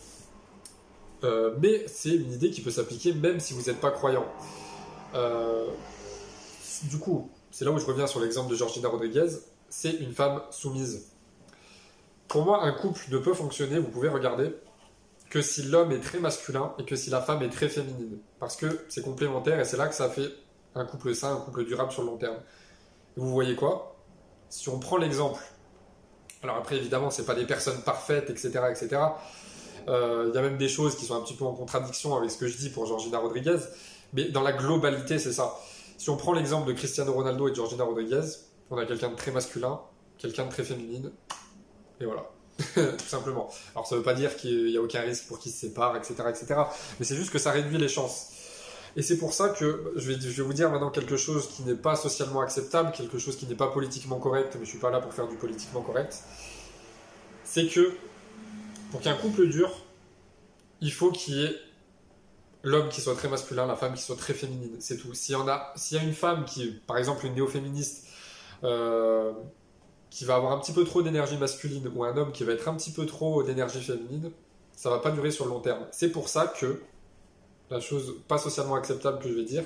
Speaker 1: Euh, mais c'est une idée qui peut s'appliquer même si vous n'êtes pas croyant. Euh, du coup, c'est là où je reviens sur l'exemple de Georgina Rodriguez, c'est une femme soumise. Pour moi, un couple ne peut fonctionner, vous pouvez regarder, que si l'homme est très masculin et que si la femme est très féminine. Parce que c'est complémentaire et c'est là que ça fait un couple sain, un couple durable sur le long terme. Et vous voyez quoi? Si on prend l'exemple, alors après évidemment, c'est pas des personnes parfaites, et cetera, et cetera. Il euh, y a même des choses qui sont un petit peu en contradiction avec ce que je dis pour Georgina Rodriguez, mais dans la globalité, c'est ça. Si on prend l'exemple de Cristiano Ronaldo et de Georgina Rodriguez, on a quelqu'un de très masculin, quelqu'un de très féminine, et voilà. Tout simplement. Alors ça veut pas dire qu'il n'y a aucun risque pour qu'ils se séparent, et cetera, et cetera. Mais c'est juste que ça réduit les chances. Et c'est pour ça que je vais, je vais vous dire maintenant quelque chose qui n'est pas socialement acceptable, quelque chose qui n'est pas politiquement correct, mais je suis pas là pour faire du politiquement correct. C'est que pour qu'un couple dure, il faut qu'il y ait l'homme qui soit très masculin, la femme qui soit très féminine, c'est tout. S'il y en a, s'il y a une femme qui, par exemple, une néo-féministe, euh, qui va avoir un petit peu trop d'énergie masculine, ou un homme qui va être un petit peu trop d'énergie féminine, ça va pas durer sur le long terme. C'est pour ça que la chose pas socialement acceptable que je vais dire,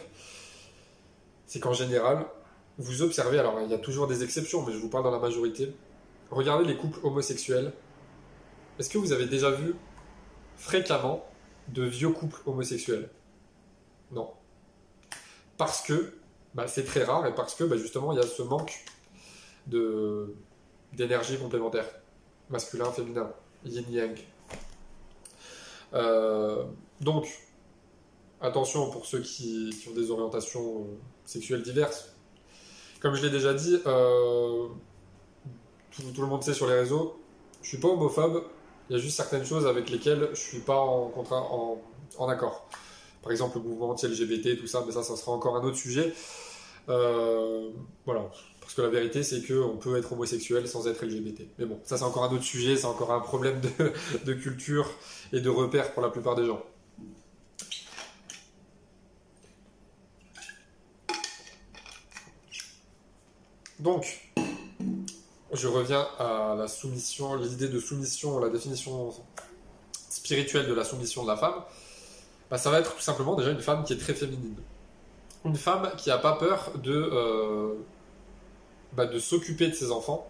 Speaker 1: c'est qu'en général, vous observez, alors il y a toujours des exceptions, mais je vous parle dans la majorité, regardez les couples homosexuels. Est-ce que vous avez déjà vu fréquemment de vieux couples homosexuels? Non. Parce que bah, c'est très rare et parce que bah, justement il y a ce manque de, d'énergie complémentaire, masculin, féminin, yin-yang. Euh, donc, attention pour ceux qui, qui ont des orientations euh, sexuelles diverses. Comme je l'ai déjà dit, euh, tout, tout le monde sait sur les réseaux, je suis pas homophobe, il y a juste certaines choses avec lesquelles je suis pas en, contra- en, en accord. Par exemple, le mouvement anti-L G B T, tout ça, mais ça, ça sera encore un autre sujet. Euh, voilà. Parce que la vérité, c'est qu'on peut être homosexuel sans être L G B T. Mais bon, ça, c'est encore un autre sujet, c'est encore un problème de, de culture et de repères pour la plupart des gens. Donc, je reviens à la soumission, l'idée de soumission, la définition spirituelle de la soumission de la femme. Bah, ça va être tout simplement déjà une femme qui est très féminine. Une femme qui n'a pas peur de, euh, bah, de s'occuper de ses enfants,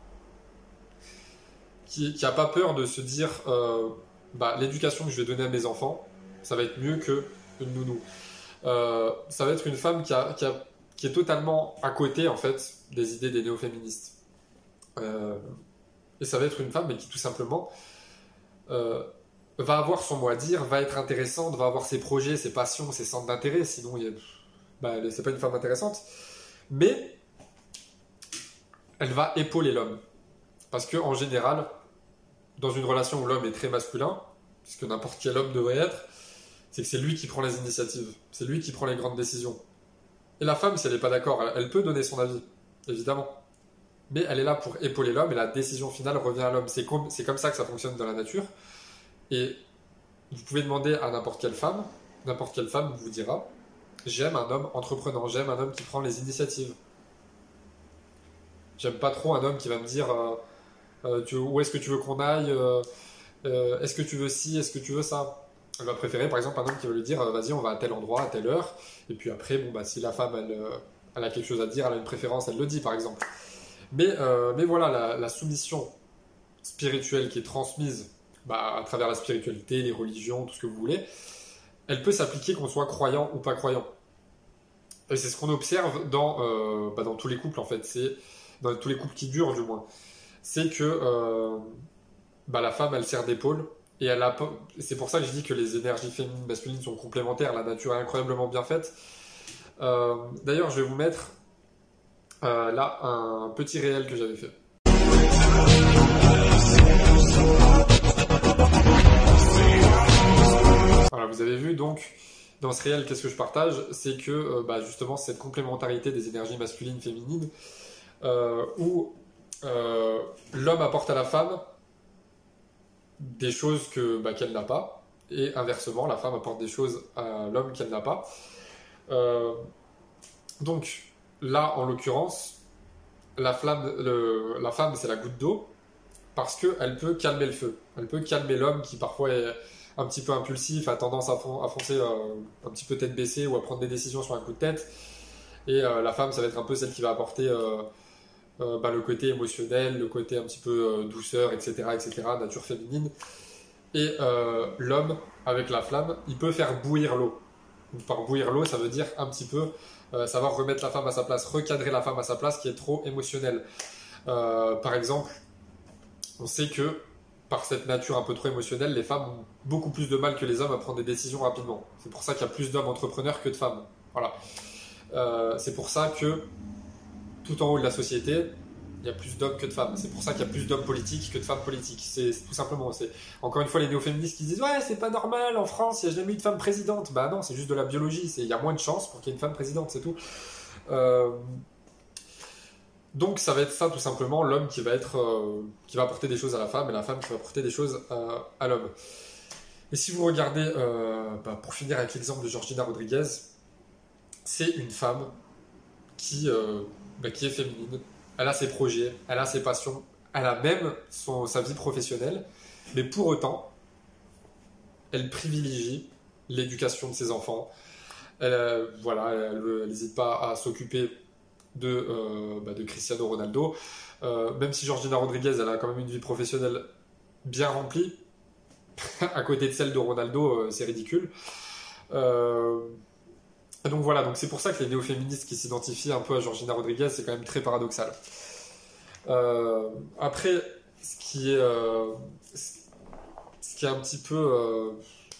Speaker 1: qui n'a pas peur de se dire euh, bah, l'éducation que je vais donner à mes enfants, ça va être mieux qu'une nounou. Euh, ça va être une femme qui, a, qui, a, qui est totalement à côté en fait des idées des néo-féministes. Euh, et ça va être une femme mais qui tout simplement euh, va avoir son mot à dire, va être intéressante, va avoir ses projets, ses passions, ses centres d'intérêt, sinon il y a, bah, c'est pas une femme intéressante, mais elle va épauler l'homme. Parce qu'en général, dans une relation où l'homme est très masculin, ce que n'importe quel homme devrait être, c'est que c'est lui qui prend les initiatives, c'est lui qui prend les grandes décisions. Et la femme, si elle n'est pas d'accord, elle, elle peut donner son avis, évidemment. Mais elle est là pour épauler l'homme et la décision finale revient à l'homme. C'est comme, c'est comme ça que ça fonctionne dans la nature. Et vous pouvez demander à n'importe quelle femme, n'importe quelle femme vous dira « J'aime un homme entreprenant, j'aime un homme qui prend les initiatives. J'aime pas trop un homme qui va me dire euh, euh, tu, où est-ce que tu veux qu'on aille euh, euh, est-ce que tu veux ci, est-ce que tu veux ça. Elle va préférer par exemple un homme qui va lui dire euh, vas-y on va à tel endroit, à telle heure, et puis après bon bah si la femme elle, euh, elle a quelque chose à dire, elle a une préférence, elle le dit par exemple. Mais, euh, mais voilà, la, la soumission spirituelle qui est transmise bah, à travers la spiritualité, les religions, tout ce que vous voulez, elle peut s'appliquer qu'on soit croyant ou pas croyant. Et c'est ce qu'on observe dans, euh, bah, dans tous les couples en fait, c'est dans tous les couples qui durent du moins. C'est que euh, bah, la femme elle sert d'épaule et elle a, c'est pour ça que je dis que les énergies féminines masculines sont complémentaires, la nature est incroyablement bien faite. Euh, d'ailleurs, je vais vous mettre euh, là un petit réel que j'avais fait. Voilà, vous avez vu donc dans ce réel, qu'est-ce que je partage, c'est que euh, bah, justement cette complémentarité des énergies masculines féminines euh, où euh, l'homme apporte à la femme des choses que, bah, qu'elle n'a pas et inversement la femme apporte des choses à l'homme qu'elle n'a pas. Euh, donc là en l'occurrence la, flamme, le, la femme c'est la goutte d'eau parce qu'elle peut calmer le feu, elle peut calmer l'homme qui parfois est un petit peu impulsif, a tendance à, fon- à foncer euh, un petit peu tête baissée ou à prendre des décisions sur un coup de tête. Et euh, la femme, ça va être un peu celle qui va apporter euh, euh, bah, le côté émotionnel, le côté un petit peu euh, douceur, et cetera, et cetera, nature féminine. Et euh, l'homme, avec la flamme, il peut faire bouillir l'eau. Donc, par bouillir l'eau, ça veut dire un petit peu euh, savoir remettre la femme à sa place, recadrer la femme à sa place qui est trop émotionnelle. Euh, par exemple, on sait que par cette nature un peu trop émotionnelle, les femmes ont beaucoup plus de mal que les hommes à prendre des décisions rapidement. C'est pour ça qu'il y a plus d'hommes entrepreneurs que de femmes. Voilà. Euh, c'est pour ça que tout en haut de la société, il y a plus d'hommes que de femmes. C'est pour ça qu'il y a plus d'hommes politiques que de femmes politiques. C'est, c'est tout simplement. C'est encore une fois les néo-féministes qui disent ouais c'est pas normal en France, il n'y a jamais eu de femme présidente. Bah non, c'est juste de la biologie. C'est, il y a moins de chances pour qu'il y ait une femme présidente, c'est tout. Euh, Donc ça va être ça tout simplement, l'homme qui va être euh, qui va apporter des choses à la femme et la femme qui va apporter des choses à, à l'homme. Et si vous regardez, euh, bah, pour finir avec l'exemple de Georgina Rodriguez, c'est une femme qui, euh, bah, qui est féminine, elle a ses projets, elle a ses passions, elle a même son, sa vie professionnelle, mais pour autant, elle privilégie l'éducation de ses enfants. Elle, euh, voilà, elle n'hésite pas à s'occuper de, euh, bah, de Cristiano Ronaldo. Euh, même si Georgina Rodriguez, elle a quand même une vie professionnelle bien remplie, à côté de celle de Ronaldo, euh, c'est ridicule. Euh, donc voilà, donc c'est pour ça que les néo-féministes qui s'identifient un peu à Georgina Rodriguez, c'est quand même très paradoxal. Euh, après, ce qui est, euh, ce qui est un petit peu... Euh,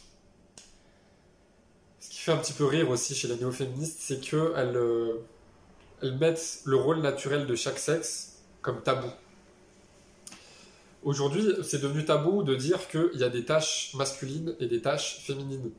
Speaker 1: ce qui fait un petit peu rire aussi chez les néo-féministes, c'est qu'elles... Euh, elles mettent le rôle naturel de chaque sexe comme tabou. Aujourd'hui, c'est devenu tabou de dire qu'il y a des tâches masculines et des tâches féminines.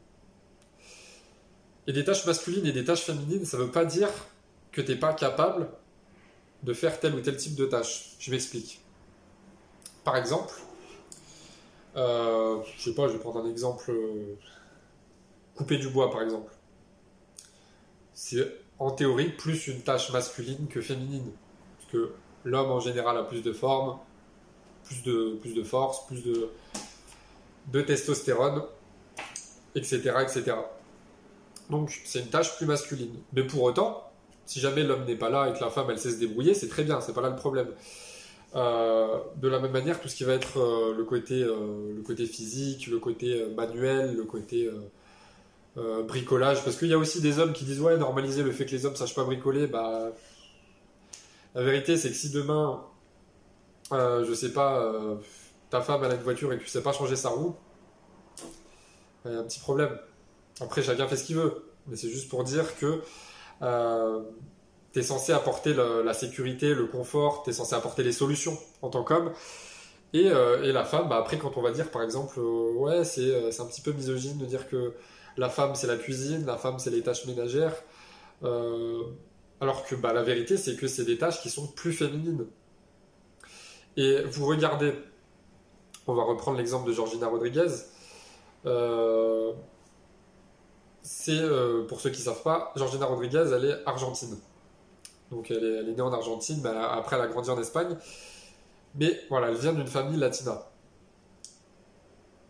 Speaker 1: Et des tâches masculines et des tâches féminines, ça ne veut pas dire que tu n'es pas capable de faire tel ou tel type de tâche. Je m'explique. Par exemple, euh, je sais pas, je vais prendre un exemple, euh, couper du bois par exemple. C'est en théorie plus une tâche masculine que féminine. Parce que l'homme en général a plus de forme, plus de, plus de force, plus de, de testostérone, et cetera, et cetera. Donc c'est une tâche plus masculine. Mais pour autant, si jamais l'homme n'est pas là et que la femme elle sait se débrouiller, c'est très bien, c'est pas là le problème. Euh, de la même manière, tout ce qui va être euh, le, côté, euh, le côté physique, le côté euh, manuel, le côté... Euh, Euh, bricolage, parce qu'il y a aussi des hommes qui disent ouais, normaliser le fait que les hommes sachent pas bricoler. Bah la vérité c'est que si demain euh, je sais pas euh, ta femme elle a une voiture et que tu sais pas changer sa roue, il y a un petit problème. Après chacun fait ce qu'il veut, mais c'est juste pour dire que euh, t'es censé apporter le, la sécurité, le confort, t'es censé apporter les solutions en tant qu'homme. Et, euh, et la femme, bah après quand on va dire par exemple euh, ouais c'est, euh, c'est un petit peu misogyne de dire que la femme c'est la cuisine, la femme c'est les tâches ménagères, euh, alors que bah, la vérité c'est que c'est des tâches qui sont plus féminines. Et vous regardez, on va reprendre l'exemple de Georgina Rodriguez, euh, c'est, euh, pour ceux qui ne savent pas, Georgina Rodriguez elle est argentine. Donc elle est, elle est née en Argentine, mais après elle a grandi en Espagne. Mais voilà, elle vient d'une famille latina.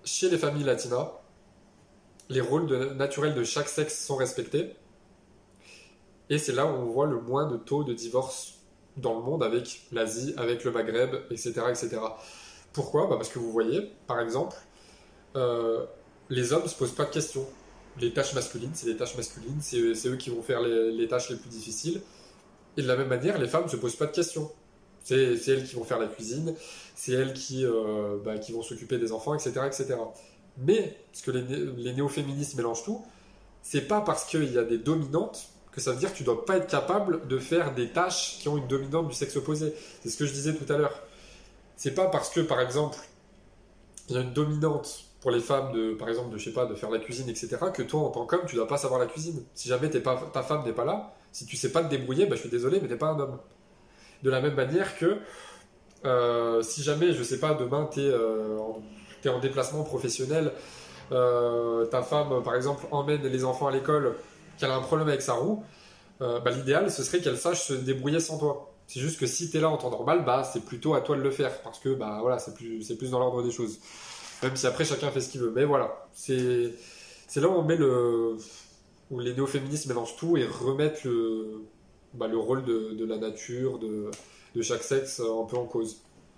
Speaker 1: chez les familles latinas, les rôles de, naturels de chaque sexe sont respectés. Et c'est là où on voit le moins de taux de divorce dans le monde avec l'Asie, avec le Maghreb, et cetera et cetera. Pourquoi? Bah parce que vous voyez, par exemple, euh, les hommes ne se posent pas de questions. Les tâches masculines, c'est les tâches masculines, c'est, c'est eux qui vont faire les, les tâches les plus difficiles. Et de la même manière, les femmes ne se posent pas de questions. C'est, c'est elles qui vont faire la cuisine, c'est elles qui, euh, bah, qui vont s'occuper des enfants, et cetera et cetera. Mais, ce que les, né- les néo-féministes mélangent tout, c'est pas parce qu'il y a des dominantes que ça veut dire que tu dois pas être capable de faire des tâches qui ont une dominante du sexe opposé. C'est ce que je disais tout à l'heure. C'est pas parce que, par exemple, il y a une dominante pour les femmes, de, par exemple, de, je sais pas, de faire la cuisine, et cetera, que toi, en tant qu'homme, tu dois pas savoir la cuisine. Si jamais t'es pas, ta femme n'est pas là, si tu sais pas te débrouiller, bah, je suis désolé, mais t'es pas un homme. De la même manière que, euh, si jamais, je sais pas, demain, t'es euh, en, t'es en déplacement professionnel, euh, ta femme, par exemple, emmène les enfants à l'école, qu'elle a un problème avec sa roue, euh, bah, l'idéal, ce serait qu'elle sache se débrouiller sans toi. C'est juste que si t'es là en temps normal, bah, c'est plutôt à toi de le faire, parce que bah, voilà, c'est plus, c'est plus dans l'ordre des choses. Même si après, chacun fait ce qu'il veut. Mais voilà, c'est, c'est là où on met le... où les néo-féministes mélangent tout et remettent le, bah, le rôle de, de la nature, de, de chaque sexe un peu en cause.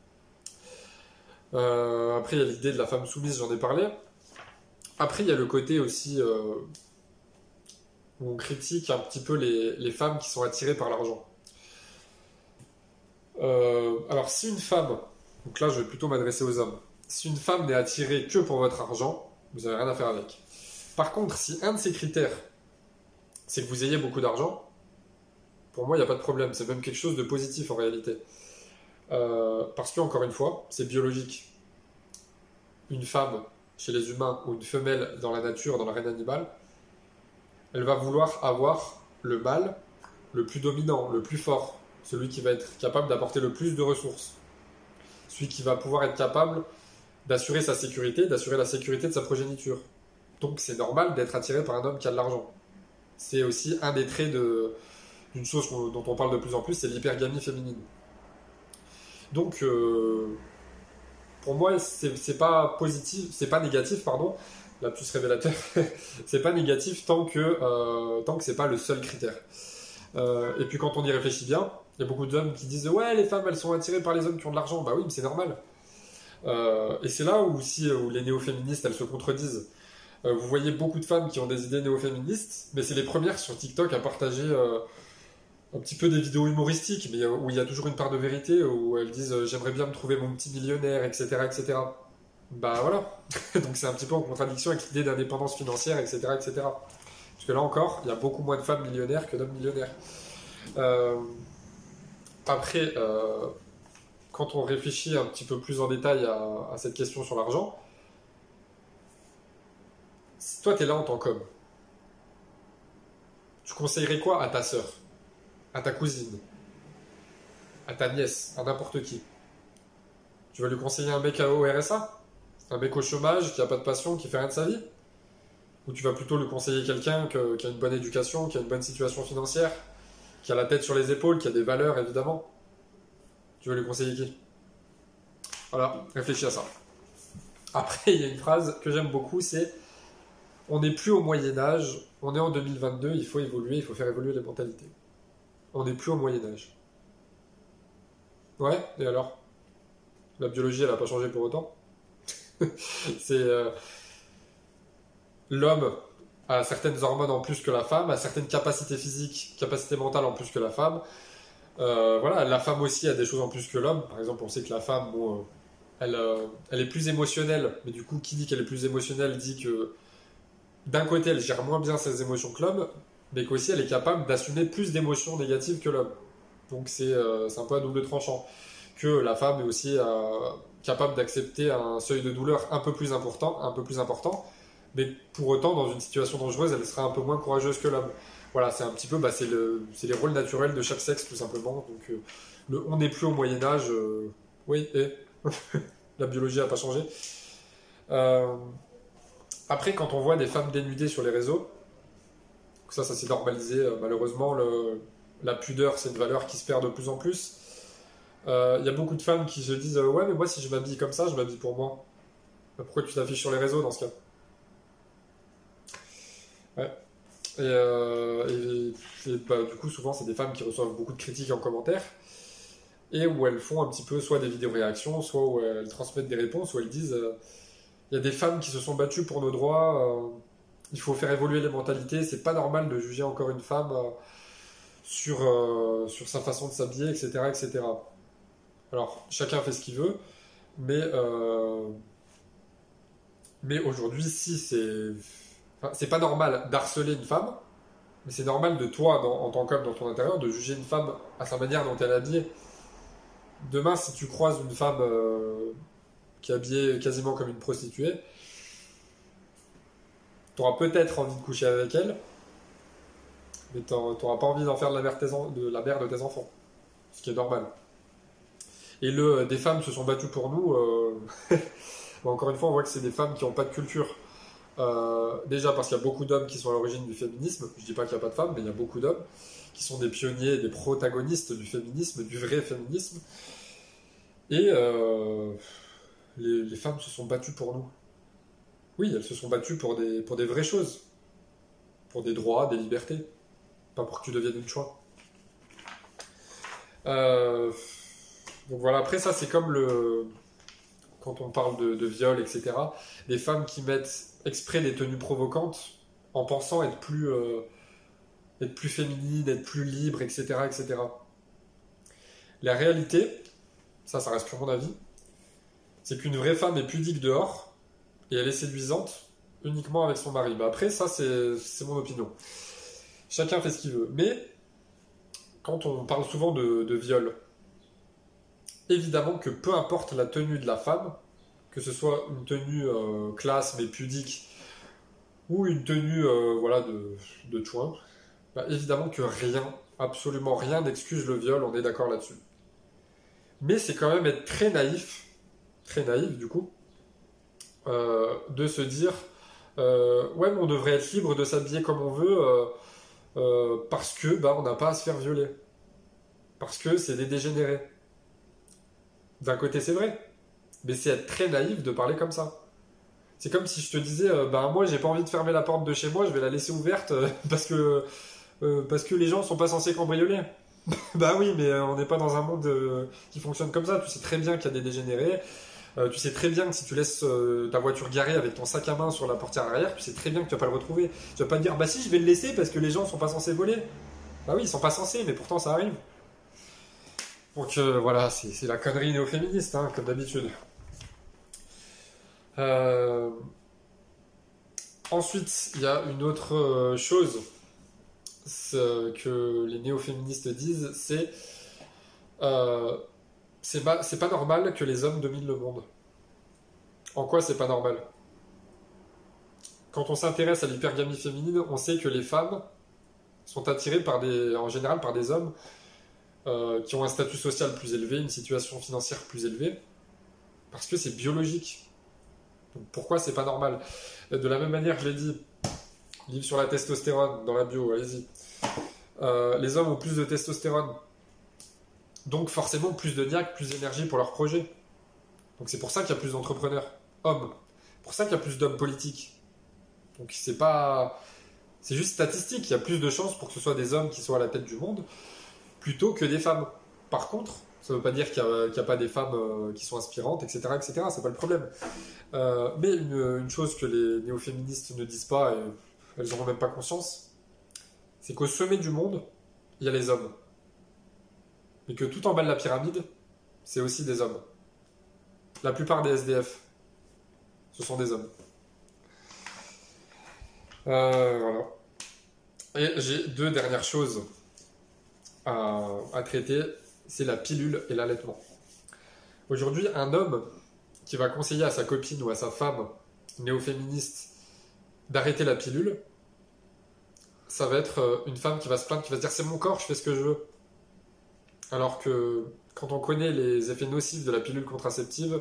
Speaker 1: Euh, après, il y a l'idée de la femme soumise, j'en ai parlé. Après, il y a le côté aussi euh, où on critique un petit peu les, les femmes qui sont attirées par l'argent. Euh, alors, si une femme, donc là je vais plutôt m'adresser aux hommes, si une femme n'est attirée que pour votre argent, vous n'avez rien à faire avec. Par contre, si un de ces critères, c'est que vous ayez beaucoup d'argent, pour moi il n'y a pas de problème, c'est même quelque chose de positif en réalité. Euh, parce que, encore une fois, c'est biologique. Une femme chez les humains ou une femelle dans la nature, dans la reine animale, elle va vouloir avoir le mâle le plus dominant, le plus fort, celui qui va être capable d'apporter le plus de ressources, celui qui va pouvoir être capable d'assurer sa sécurité, d'assurer la sécurité de sa progéniture. Donc c'est normal d'être attiré par un homme qui a de l'argent. C'est aussi un des traits de, d'une chose dont on parle de plus en plus, c'est l'hypergamie féminine. Donc euh, pour moi c'est, c'est pas positif, c'est pas négatif, pardon, la plus révélateur, c'est pas négatif tant que euh, tant que c'est pas le seul critère. Euh, et puis quand on y réfléchit bien, il y a beaucoup d'hommes qui disent ouais les femmes elles sont attirées par les hommes qui ont de l'argent, bah oui mais c'est normal. Euh, et c'est là où aussi où les néo-féministes elles se contredisent. Euh, vous voyez beaucoup de femmes qui ont des idées néo-féministes, mais c'est les premières sur TikTok à partager euh, un petit peu des vidéos humoristiques, mais où il y a toujours une part de vérité, où elles disent euh, j'aimerais bien me trouver mon petit millionnaire, et cetera, et cetera. Bah voilà. Donc c'est un petit peu en contradiction avec l'idée d'indépendance financière, et cetera, et cetera. Parce que là encore, il y a beaucoup moins de femmes millionnaires que d'hommes millionnaires. Euh, après, euh, quand on réfléchit un petit peu plus en détail à, à cette question sur l'argent, si toi t'es là en tant qu'homme, tu conseillerais quoi à ta sœur, à ta cousine, à ta nièce, à n'importe qui? Tu vas lui conseiller un mec au R S A? Un mec au chômage, qui a pas de passion, qui fait rien de sa vie? Ou tu vas plutôt lui conseiller quelqu'un que- qui a une bonne éducation, qui a une bonne situation financière, qui a la tête sur les épaules, qui a des valeurs évidemment? Tu vas lui conseiller qui? Voilà, réfléchis à ça. Après, il y a une phrase que j'aime beaucoup, c'est on n'est plus au Moyen-Âge, on est en deux mille vingt-deux, il faut évoluer, il faut faire évoluer les mentalités. On n'est plus au Moyen-Âge. Ouais, et alors? La biologie, elle n'a pas changé pour autant. C'est euh, l'homme a certaines hormones en plus que la femme, a certaines capacités physiques, capacités mentales en plus que la femme. Euh, voilà, la femme aussi a des choses en plus que l'homme. Par exemple, on sait que la femme, bon, euh, elle, euh, elle est plus émotionnelle, mais du coup, qui dit qu'elle est plus émotionnelle dit que d'un côté, elle gère moins bien ses émotions que l'homme, mais qu'aussi elle est capable d'assumer plus d'émotions négatives que l'homme. Donc c'est euh, c'est un peu à double tranchant. Que la femme est aussi euh, capable d'accepter un seuil de douleur un peu plus important, un peu plus important, mais pour autant, dans une situation dangereuse, elle sera un peu moins courageuse que l'homme. Voilà, c'est un petit peu, bah, c'est le, c'est les rôles naturels de chaque sexe, tout simplement. Donc, euh, le, on n'est plus au Moyen-Âge. Euh, oui, et la biologie n'a pas changé. Euh, Après, quand on voit des femmes dénudées sur les réseaux, ça, ça s'est normalisé. euh, Malheureusement, le, la pudeur, c'est une valeur qui se perd de plus en plus. Il euh, y a beaucoup de femmes qui se disent euh, ouais, mais moi, si je m'habille comme ça, je m'habille pour moi. Bah, pourquoi tu t'affiches sur les réseaux dans ce cas? Ouais. Et, euh, et, et bah, du coup, souvent, c'est des femmes qui reçoivent beaucoup de critiques en commentaire et où elles font un petit peu soit des vidéos réactions, soit où elles transmettent des réponses, où elles disent euh, il y a des femmes qui se sont battues pour nos droits, euh, il faut faire évoluer les mentalités, c'est pas normal de juger encore une femme euh, sur, euh, sur sa façon de s'habiller, et cetera, et cetera. Alors, chacun fait ce qu'il veut, mais, euh, mais aujourd'hui, si c'est. Enfin, c'est pas normal d'harceler une femme, mais c'est normal de toi, dans- en tant qu'homme dans ton intérieur, de juger une femme à sa manière dont elle est habillée. Demain, si tu croises une femme euh, qui est habillée quasiment comme une prostituée, tu auras peut-être envie de coucher avec elle, mais tu n'auras pas envie d'en faire de la, mère de, tes en- de la mère de tes enfants, ce qui est normal. Et le, euh, des femmes se sont battues pour nous. euh, bon, encore une fois, on voit que c'est des femmes qui n'ont pas de culture. Euh, déjà parce qu'il y a beaucoup d'hommes qui sont à l'origine du féminisme. Je dis pas qu'il n'y a pas de femmes, mais il y a beaucoup d'hommes qui sont des pionniers, des protagonistes du féminisme, du vrai féminisme. Et euh, les, les femmes se sont battues pour nous. Oui, elles se sont battues pour des, pour des vraies choses, pour des droits, des libertés, pas pour que tu deviennes une choix. Euh, donc voilà, après ça c'est comme le quand on parle de, de viol, et cetera. Des femmes qui mettent exprès des tenues provocantes en pensant être plus, euh, être plus féminine, être plus libre, et cetera, et cetera. La réalité, ça, ça reste que mon avis, c'est qu'une vraie femme est pudique dehors et elle est séduisante uniquement avec son mari. Bah après, ça, c'est c'est mon opinion. Chacun fait ce qu'il veut. Mais quand on parle souvent de, de viol, évidemment que peu importe la tenue de la femme, que ce soit une tenue euh, classe mais pudique ou une tenue euh, voilà, de, de chouin, bah, évidemment que rien, absolument rien n'excuse le viol, on est d'accord là-dessus. Mais c'est quand même être très naïf, très naïf du coup, euh, de se dire euh, ouais, mais on devrait être libre de s'habiller comme on veut euh, euh, parce que bah, on n'a pas à se faire violer. Parce que c'est des dégénérés. D'un côté, c'est vrai, mais c'est être très naïf de parler comme ça. C'est comme si je te disais, euh, bah moi j'ai pas envie de fermer la porte de chez moi, je vais la laisser ouverte euh, parce que euh, parce que les gens sont pas censés cambrioler. Bah oui, mais euh, on n'est pas dans un monde euh, qui fonctionne comme ça. Tu sais très bien qu'il y a des dégénérés. Euh, tu sais très bien que si tu laisses euh, ta voiture garée avec ton sac à main sur la portière arrière, tu sais très bien que tu vas pas le retrouver. Tu vas pas te dire, bah si, je vais le laisser parce que les gens sont pas censés voler. Bah oui, ils sont pas censés, mais pourtant ça arrive. Donc euh, voilà, c'est c'est la connerie néo-féministe, hein, comme d'habitude. Euh, Ensuite, il y a une autre euh, chose que les néo-féministes disent, c'est euh, c'est pas, c'est pas normal que les hommes dominent le monde. En quoi c'est pas normal? Quand on s'intéresse à l'hypergamie féminine, on sait que les femmes sont attirées par des, en général par des hommes euh, qui ont un statut social plus élevé, une situation financière plus élevée, parce que c'est biologique. Donc pourquoi c'est pas normal? De la même manière, je l'ai dit, livre sur la testostérone dans la bio, allez-y. Euh, les hommes ont plus de testostérone, donc forcément plus de niaque, plus d'énergie pour leurs projets. Donc c'est pour ça qu'il y a plus d'entrepreneurs, hommes. C'est pour ça qu'il y a plus d'hommes politiques. Donc c'est pas, c'est juste statistique. Il y a plus de chances pour que ce soit des hommes qui soient à la tête du monde plutôt que des femmes. Par contre, ça ne veut pas dire qu'il n'y a, qu'il y a pas des femmes euh, qui sont inspirantes, et cetera, et cetera. C'est pas le problème. Euh, mais une, une chose que les néo-féministes ne disent pas, et elles n'en ont même pas conscience, c'est qu'au sommet du monde, il y a les hommes. Mais que tout en bas de la pyramide, c'est aussi des hommes. La plupart des S D F, ce sont des hommes. Euh, voilà. Et j'ai deux dernières choses à, à traiter, c'est la pilule et l'allaitement. Aujourd'hui, un homme qui va conseiller à sa copine ou à sa femme néo-féministe d'arrêter la pilule, ça va être une femme qui va se plaindre, qui va se dire c'est mon corps, je fais ce que je veux. Alors que quand on connaît les effets nocifs de la pilule contraceptive,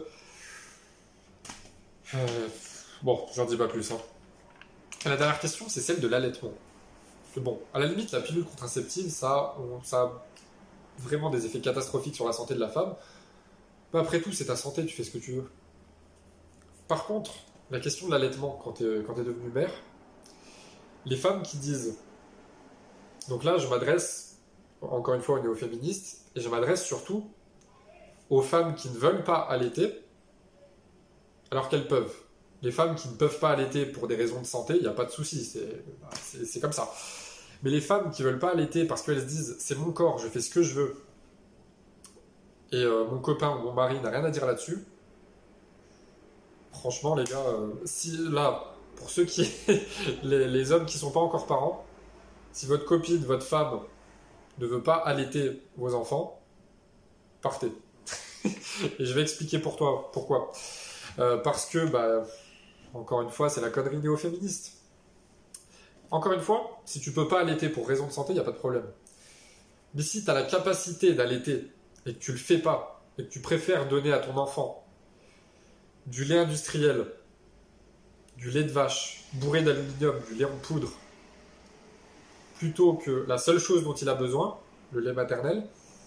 Speaker 1: euh, bon, j'en dis pas plus. Hein. Et la dernière question, c'est celle de l'allaitement. Que bon, à la limite, la pilule contraceptive, ça, on, ça a vraiment des effets catastrophiques sur la santé de la femme. Mais après tout, c'est ta santé, tu fais ce que tu veux. Par contre, la question de l'allaitement, quand tu es, quand t'es devenue mère, les femmes qui disent... Donc là, je m'adresse, encore une fois, aux néo-féministes, et je m'adresse surtout aux femmes qui ne veulent pas allaiter, alors qu'elles peuvent. Les femmes qui ne peuvent pas allaiter pour des raisons de santé, il n'y a pas de souci, c'est, c'est, c'est comme ça. Mais les femmes qui ne veulent pas allaiter parce qu'elles se disent « c'est mon corps, je fais ce que je veux », et euh, mon copain ou mon mari n'a rien à dire là-dessus, franchement les gars, euh, si là, pour ceux qui... les, les hommes qui ne sont pas encore parents, si votre copine, votre femme ne veut pas allaiter vos enfants, partez. Et je vais expliquer pour toi pourquoi. Euh, parce que, bah, encore une fois, c'est la connerie néo-féministe. Encore une fois, si tu peux pas allaiter pour raison de santé, il n'y a pas de problème. Mais si tu as la capacité d'allaiter et que tu le fais pas, et que tu préfères donner à ton enfant du lait industriel, du lait de vache, bourré d'aluminium, du lait en poudre, plutôt que la seule chose dont il a besoin, le lait maternel,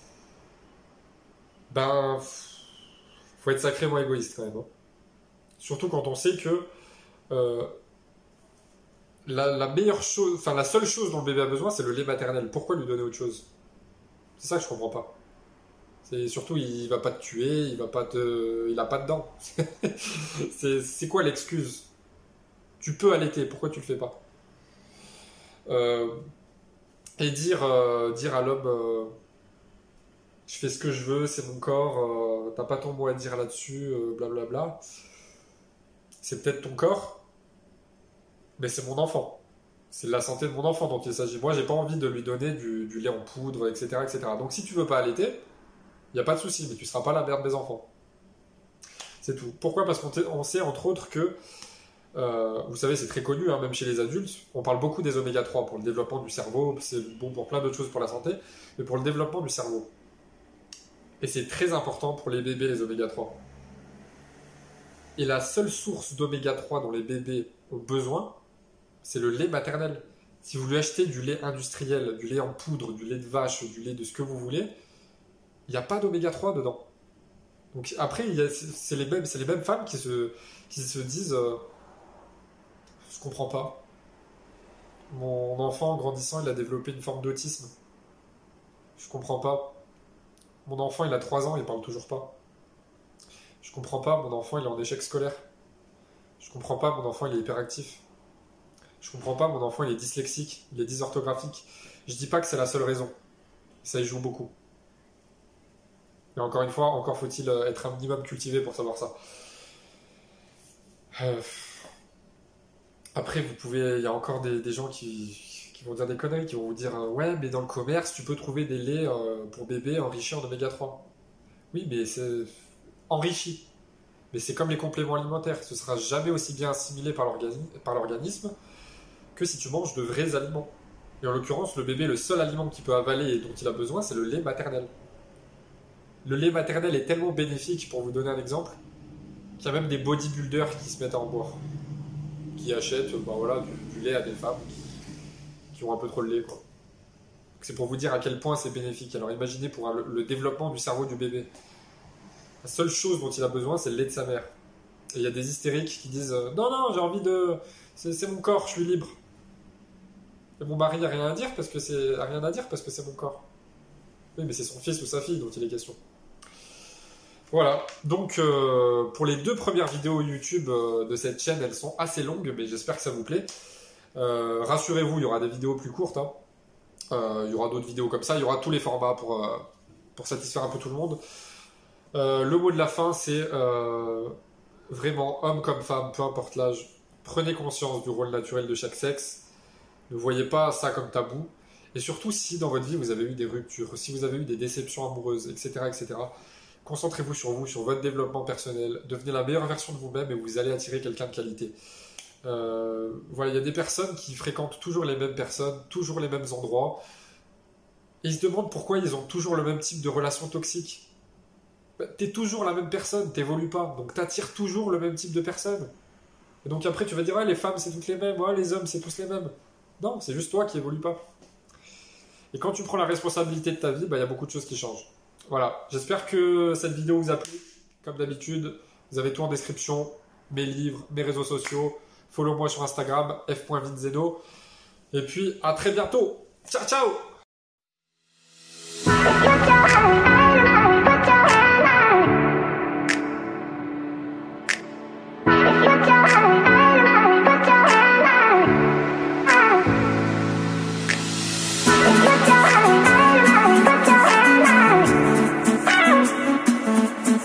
Speaker 1: ben, faut être sacrément égoïste quand même. Hein. Surtout quand on sait que euh, la, la meilleure chose, enfin la seule chose dont le bébé a besoin, c'est le lait maternel. Pourquoi lui donner autre chose? C'est ça que je comprends pas. C'est surtout, il va pas te tuer, il va pas te, il a pas de dents. c'est, c'est quoi l'excuse? Tu peux allaiter, pourquoi tu le fais pas? euh, Et dire, euh, dire à l'homme, euh, je fais ce que je veux, c'est mon corps, euh, t'as pas ton mot à dire là-dessus, euh, blablabla. C'est peut-être ton corps, mais c'est mon enfant. C'est la santé de mon enfant dont il s'agit. Moi, j'ai pas envie de lui donner du, du lait en poudre, et cetera, et cetera. Donc, si tu veux pas allaiter, il y a pas de souci, mais tu seras pas la mère de mes enfants. C'est tout. Pourquoi? Parce qu'on on sait entre autres que, euh, vous savez, c'est très connu, hein, même chez les adultes, on parle beaucoup des oméga trois pour le développement du cerveau, c'est bon pour plein d'autres choses pour la santé, mais pour le développement du cerveau. Et c'est très important pour les bébés, les oméga trois. Et la seule source d'oméga trois dont les bébés ont besoin, c'est le lait maternel. Si vous lui achetez du lait industriel, du lait en poudre, du lait de vache, du lait de ce que vous voulez, il n'y a pas d'oméga trois dedans. Donc après, il y a, c'est, les mêmes, c'est les mêmes femmes qui se, qui se disent euh, je comprends pas. Mon enfant, en grandissant, il a développé une forme d'autisme. Je comprends pas. Mon enfant, il a trois ans, il parle toujours pas. Je comprends pas, mon enfant, il est en échec scolaire. Je comprends pas, mon enfant, il est hyperactif. Je comprends pas, mon enfant, il est dyslexique, il est dysorthographique. Je dis pas que c'est la seule raison. Ça y joue beaucoup. Mais encore une fois, encore faut-il être un minimum cultivé pour savoir ça. Euh... Après, vous pouvez, il y a encore des, des gens qui, qui vont dire des conneries, qui vont vous dire euh, ouais, mais dans le commerce, tu peux trouver des laits euh, pour bébés enrichis en oméga trois. Oui, mais c'est enrichi. Mais c'est comme les compléments alimentaires, ce sera jamais aussi bien assimilé par l'organisme, par l'organisme que si tu manges de vrais aliments. Et en l'occurrence, le bébé, le seul aliment qu'il peut avaler et dont il a besoin, c'est le lait maternel. Le lait maternel est tellement bénéfique, pour vous donner un exemple, qu'il y a même des bodybuilders qui se mettent à en boire. Qui achètent ben voilà, du, du lait à des femmes qui, qui ont un peu trop de lait. Quoi. C'est pour vous dire à quel point c'est bénéfique. Alors imaginez pour un, le développement du cerveau du bébé. La seule chose dont il a besoin, c'est le lait de sa mère. Et il y a des hystériques qui disent euh, non, non, j'ai envie de... C'est, c'est mon corps, je suis libre. Et mon mari n'a rien à dire parce que c'est a rien à dire parce que c'est mon corps. Oui, mais c'est son fils ou sa fille dont il est question. Voilà, donc euh, pour les deux premières vidéos YouTube euh, de cette chaîne, elles sont assez longues, mais j'espère que ça vous plaît. Euh, rassurez-vous, il y aura des vidéos plus courtes, hein. euh, il y aura d'autres vidéos comme ça, il y aura tous les formats pour, euh, pour satisfaire un peu tout le monde. Euh, le mot de la fin, c'est euh, vraiment, homme comme femme, peu importe l'âge, prenez conscience du rôle naturel de chaque sexe, ne voyez pas ça comme tabou, et surtout si dans votre vie vous avez eu des ruptures, si vous avez eu des déceptions amoureuses, et cetera, et cetera, concentrez-vous sur vous, sur votre développement personnel. Devenez la meilleure version de vous-même et vous allez attirer quelqu'un de qualité. Euh, voilà, il y a des personnes qui fréquentent toujours les mêmes personnes, toujours les mêmes endroits. Et ils se demandent pourquoi ils ont toujours le même type de relation toxique. Bah, t'es toujours la même personne, t'évolues pas. Donc t'attires toujours le même type de personne. Et donc après tu vas dire, ouais, les femmes c'est toutes les mêmes, ouais, les hommes c'est tous les mêmes. Non, c'est juste toi qui évolues pas. Et quand tu prends la responsabilité de ta vie, bah, y a beaucoup de choses qui changent. Voilà, j'espère que cette vidéo vous a plu. Comme d'habitude, vous avez tout en description. mes livres, mes réseaux sociaux. Follow moi sur Instagram, f point vinzeno. Et puis, à très bientôt. Ciao, ciao!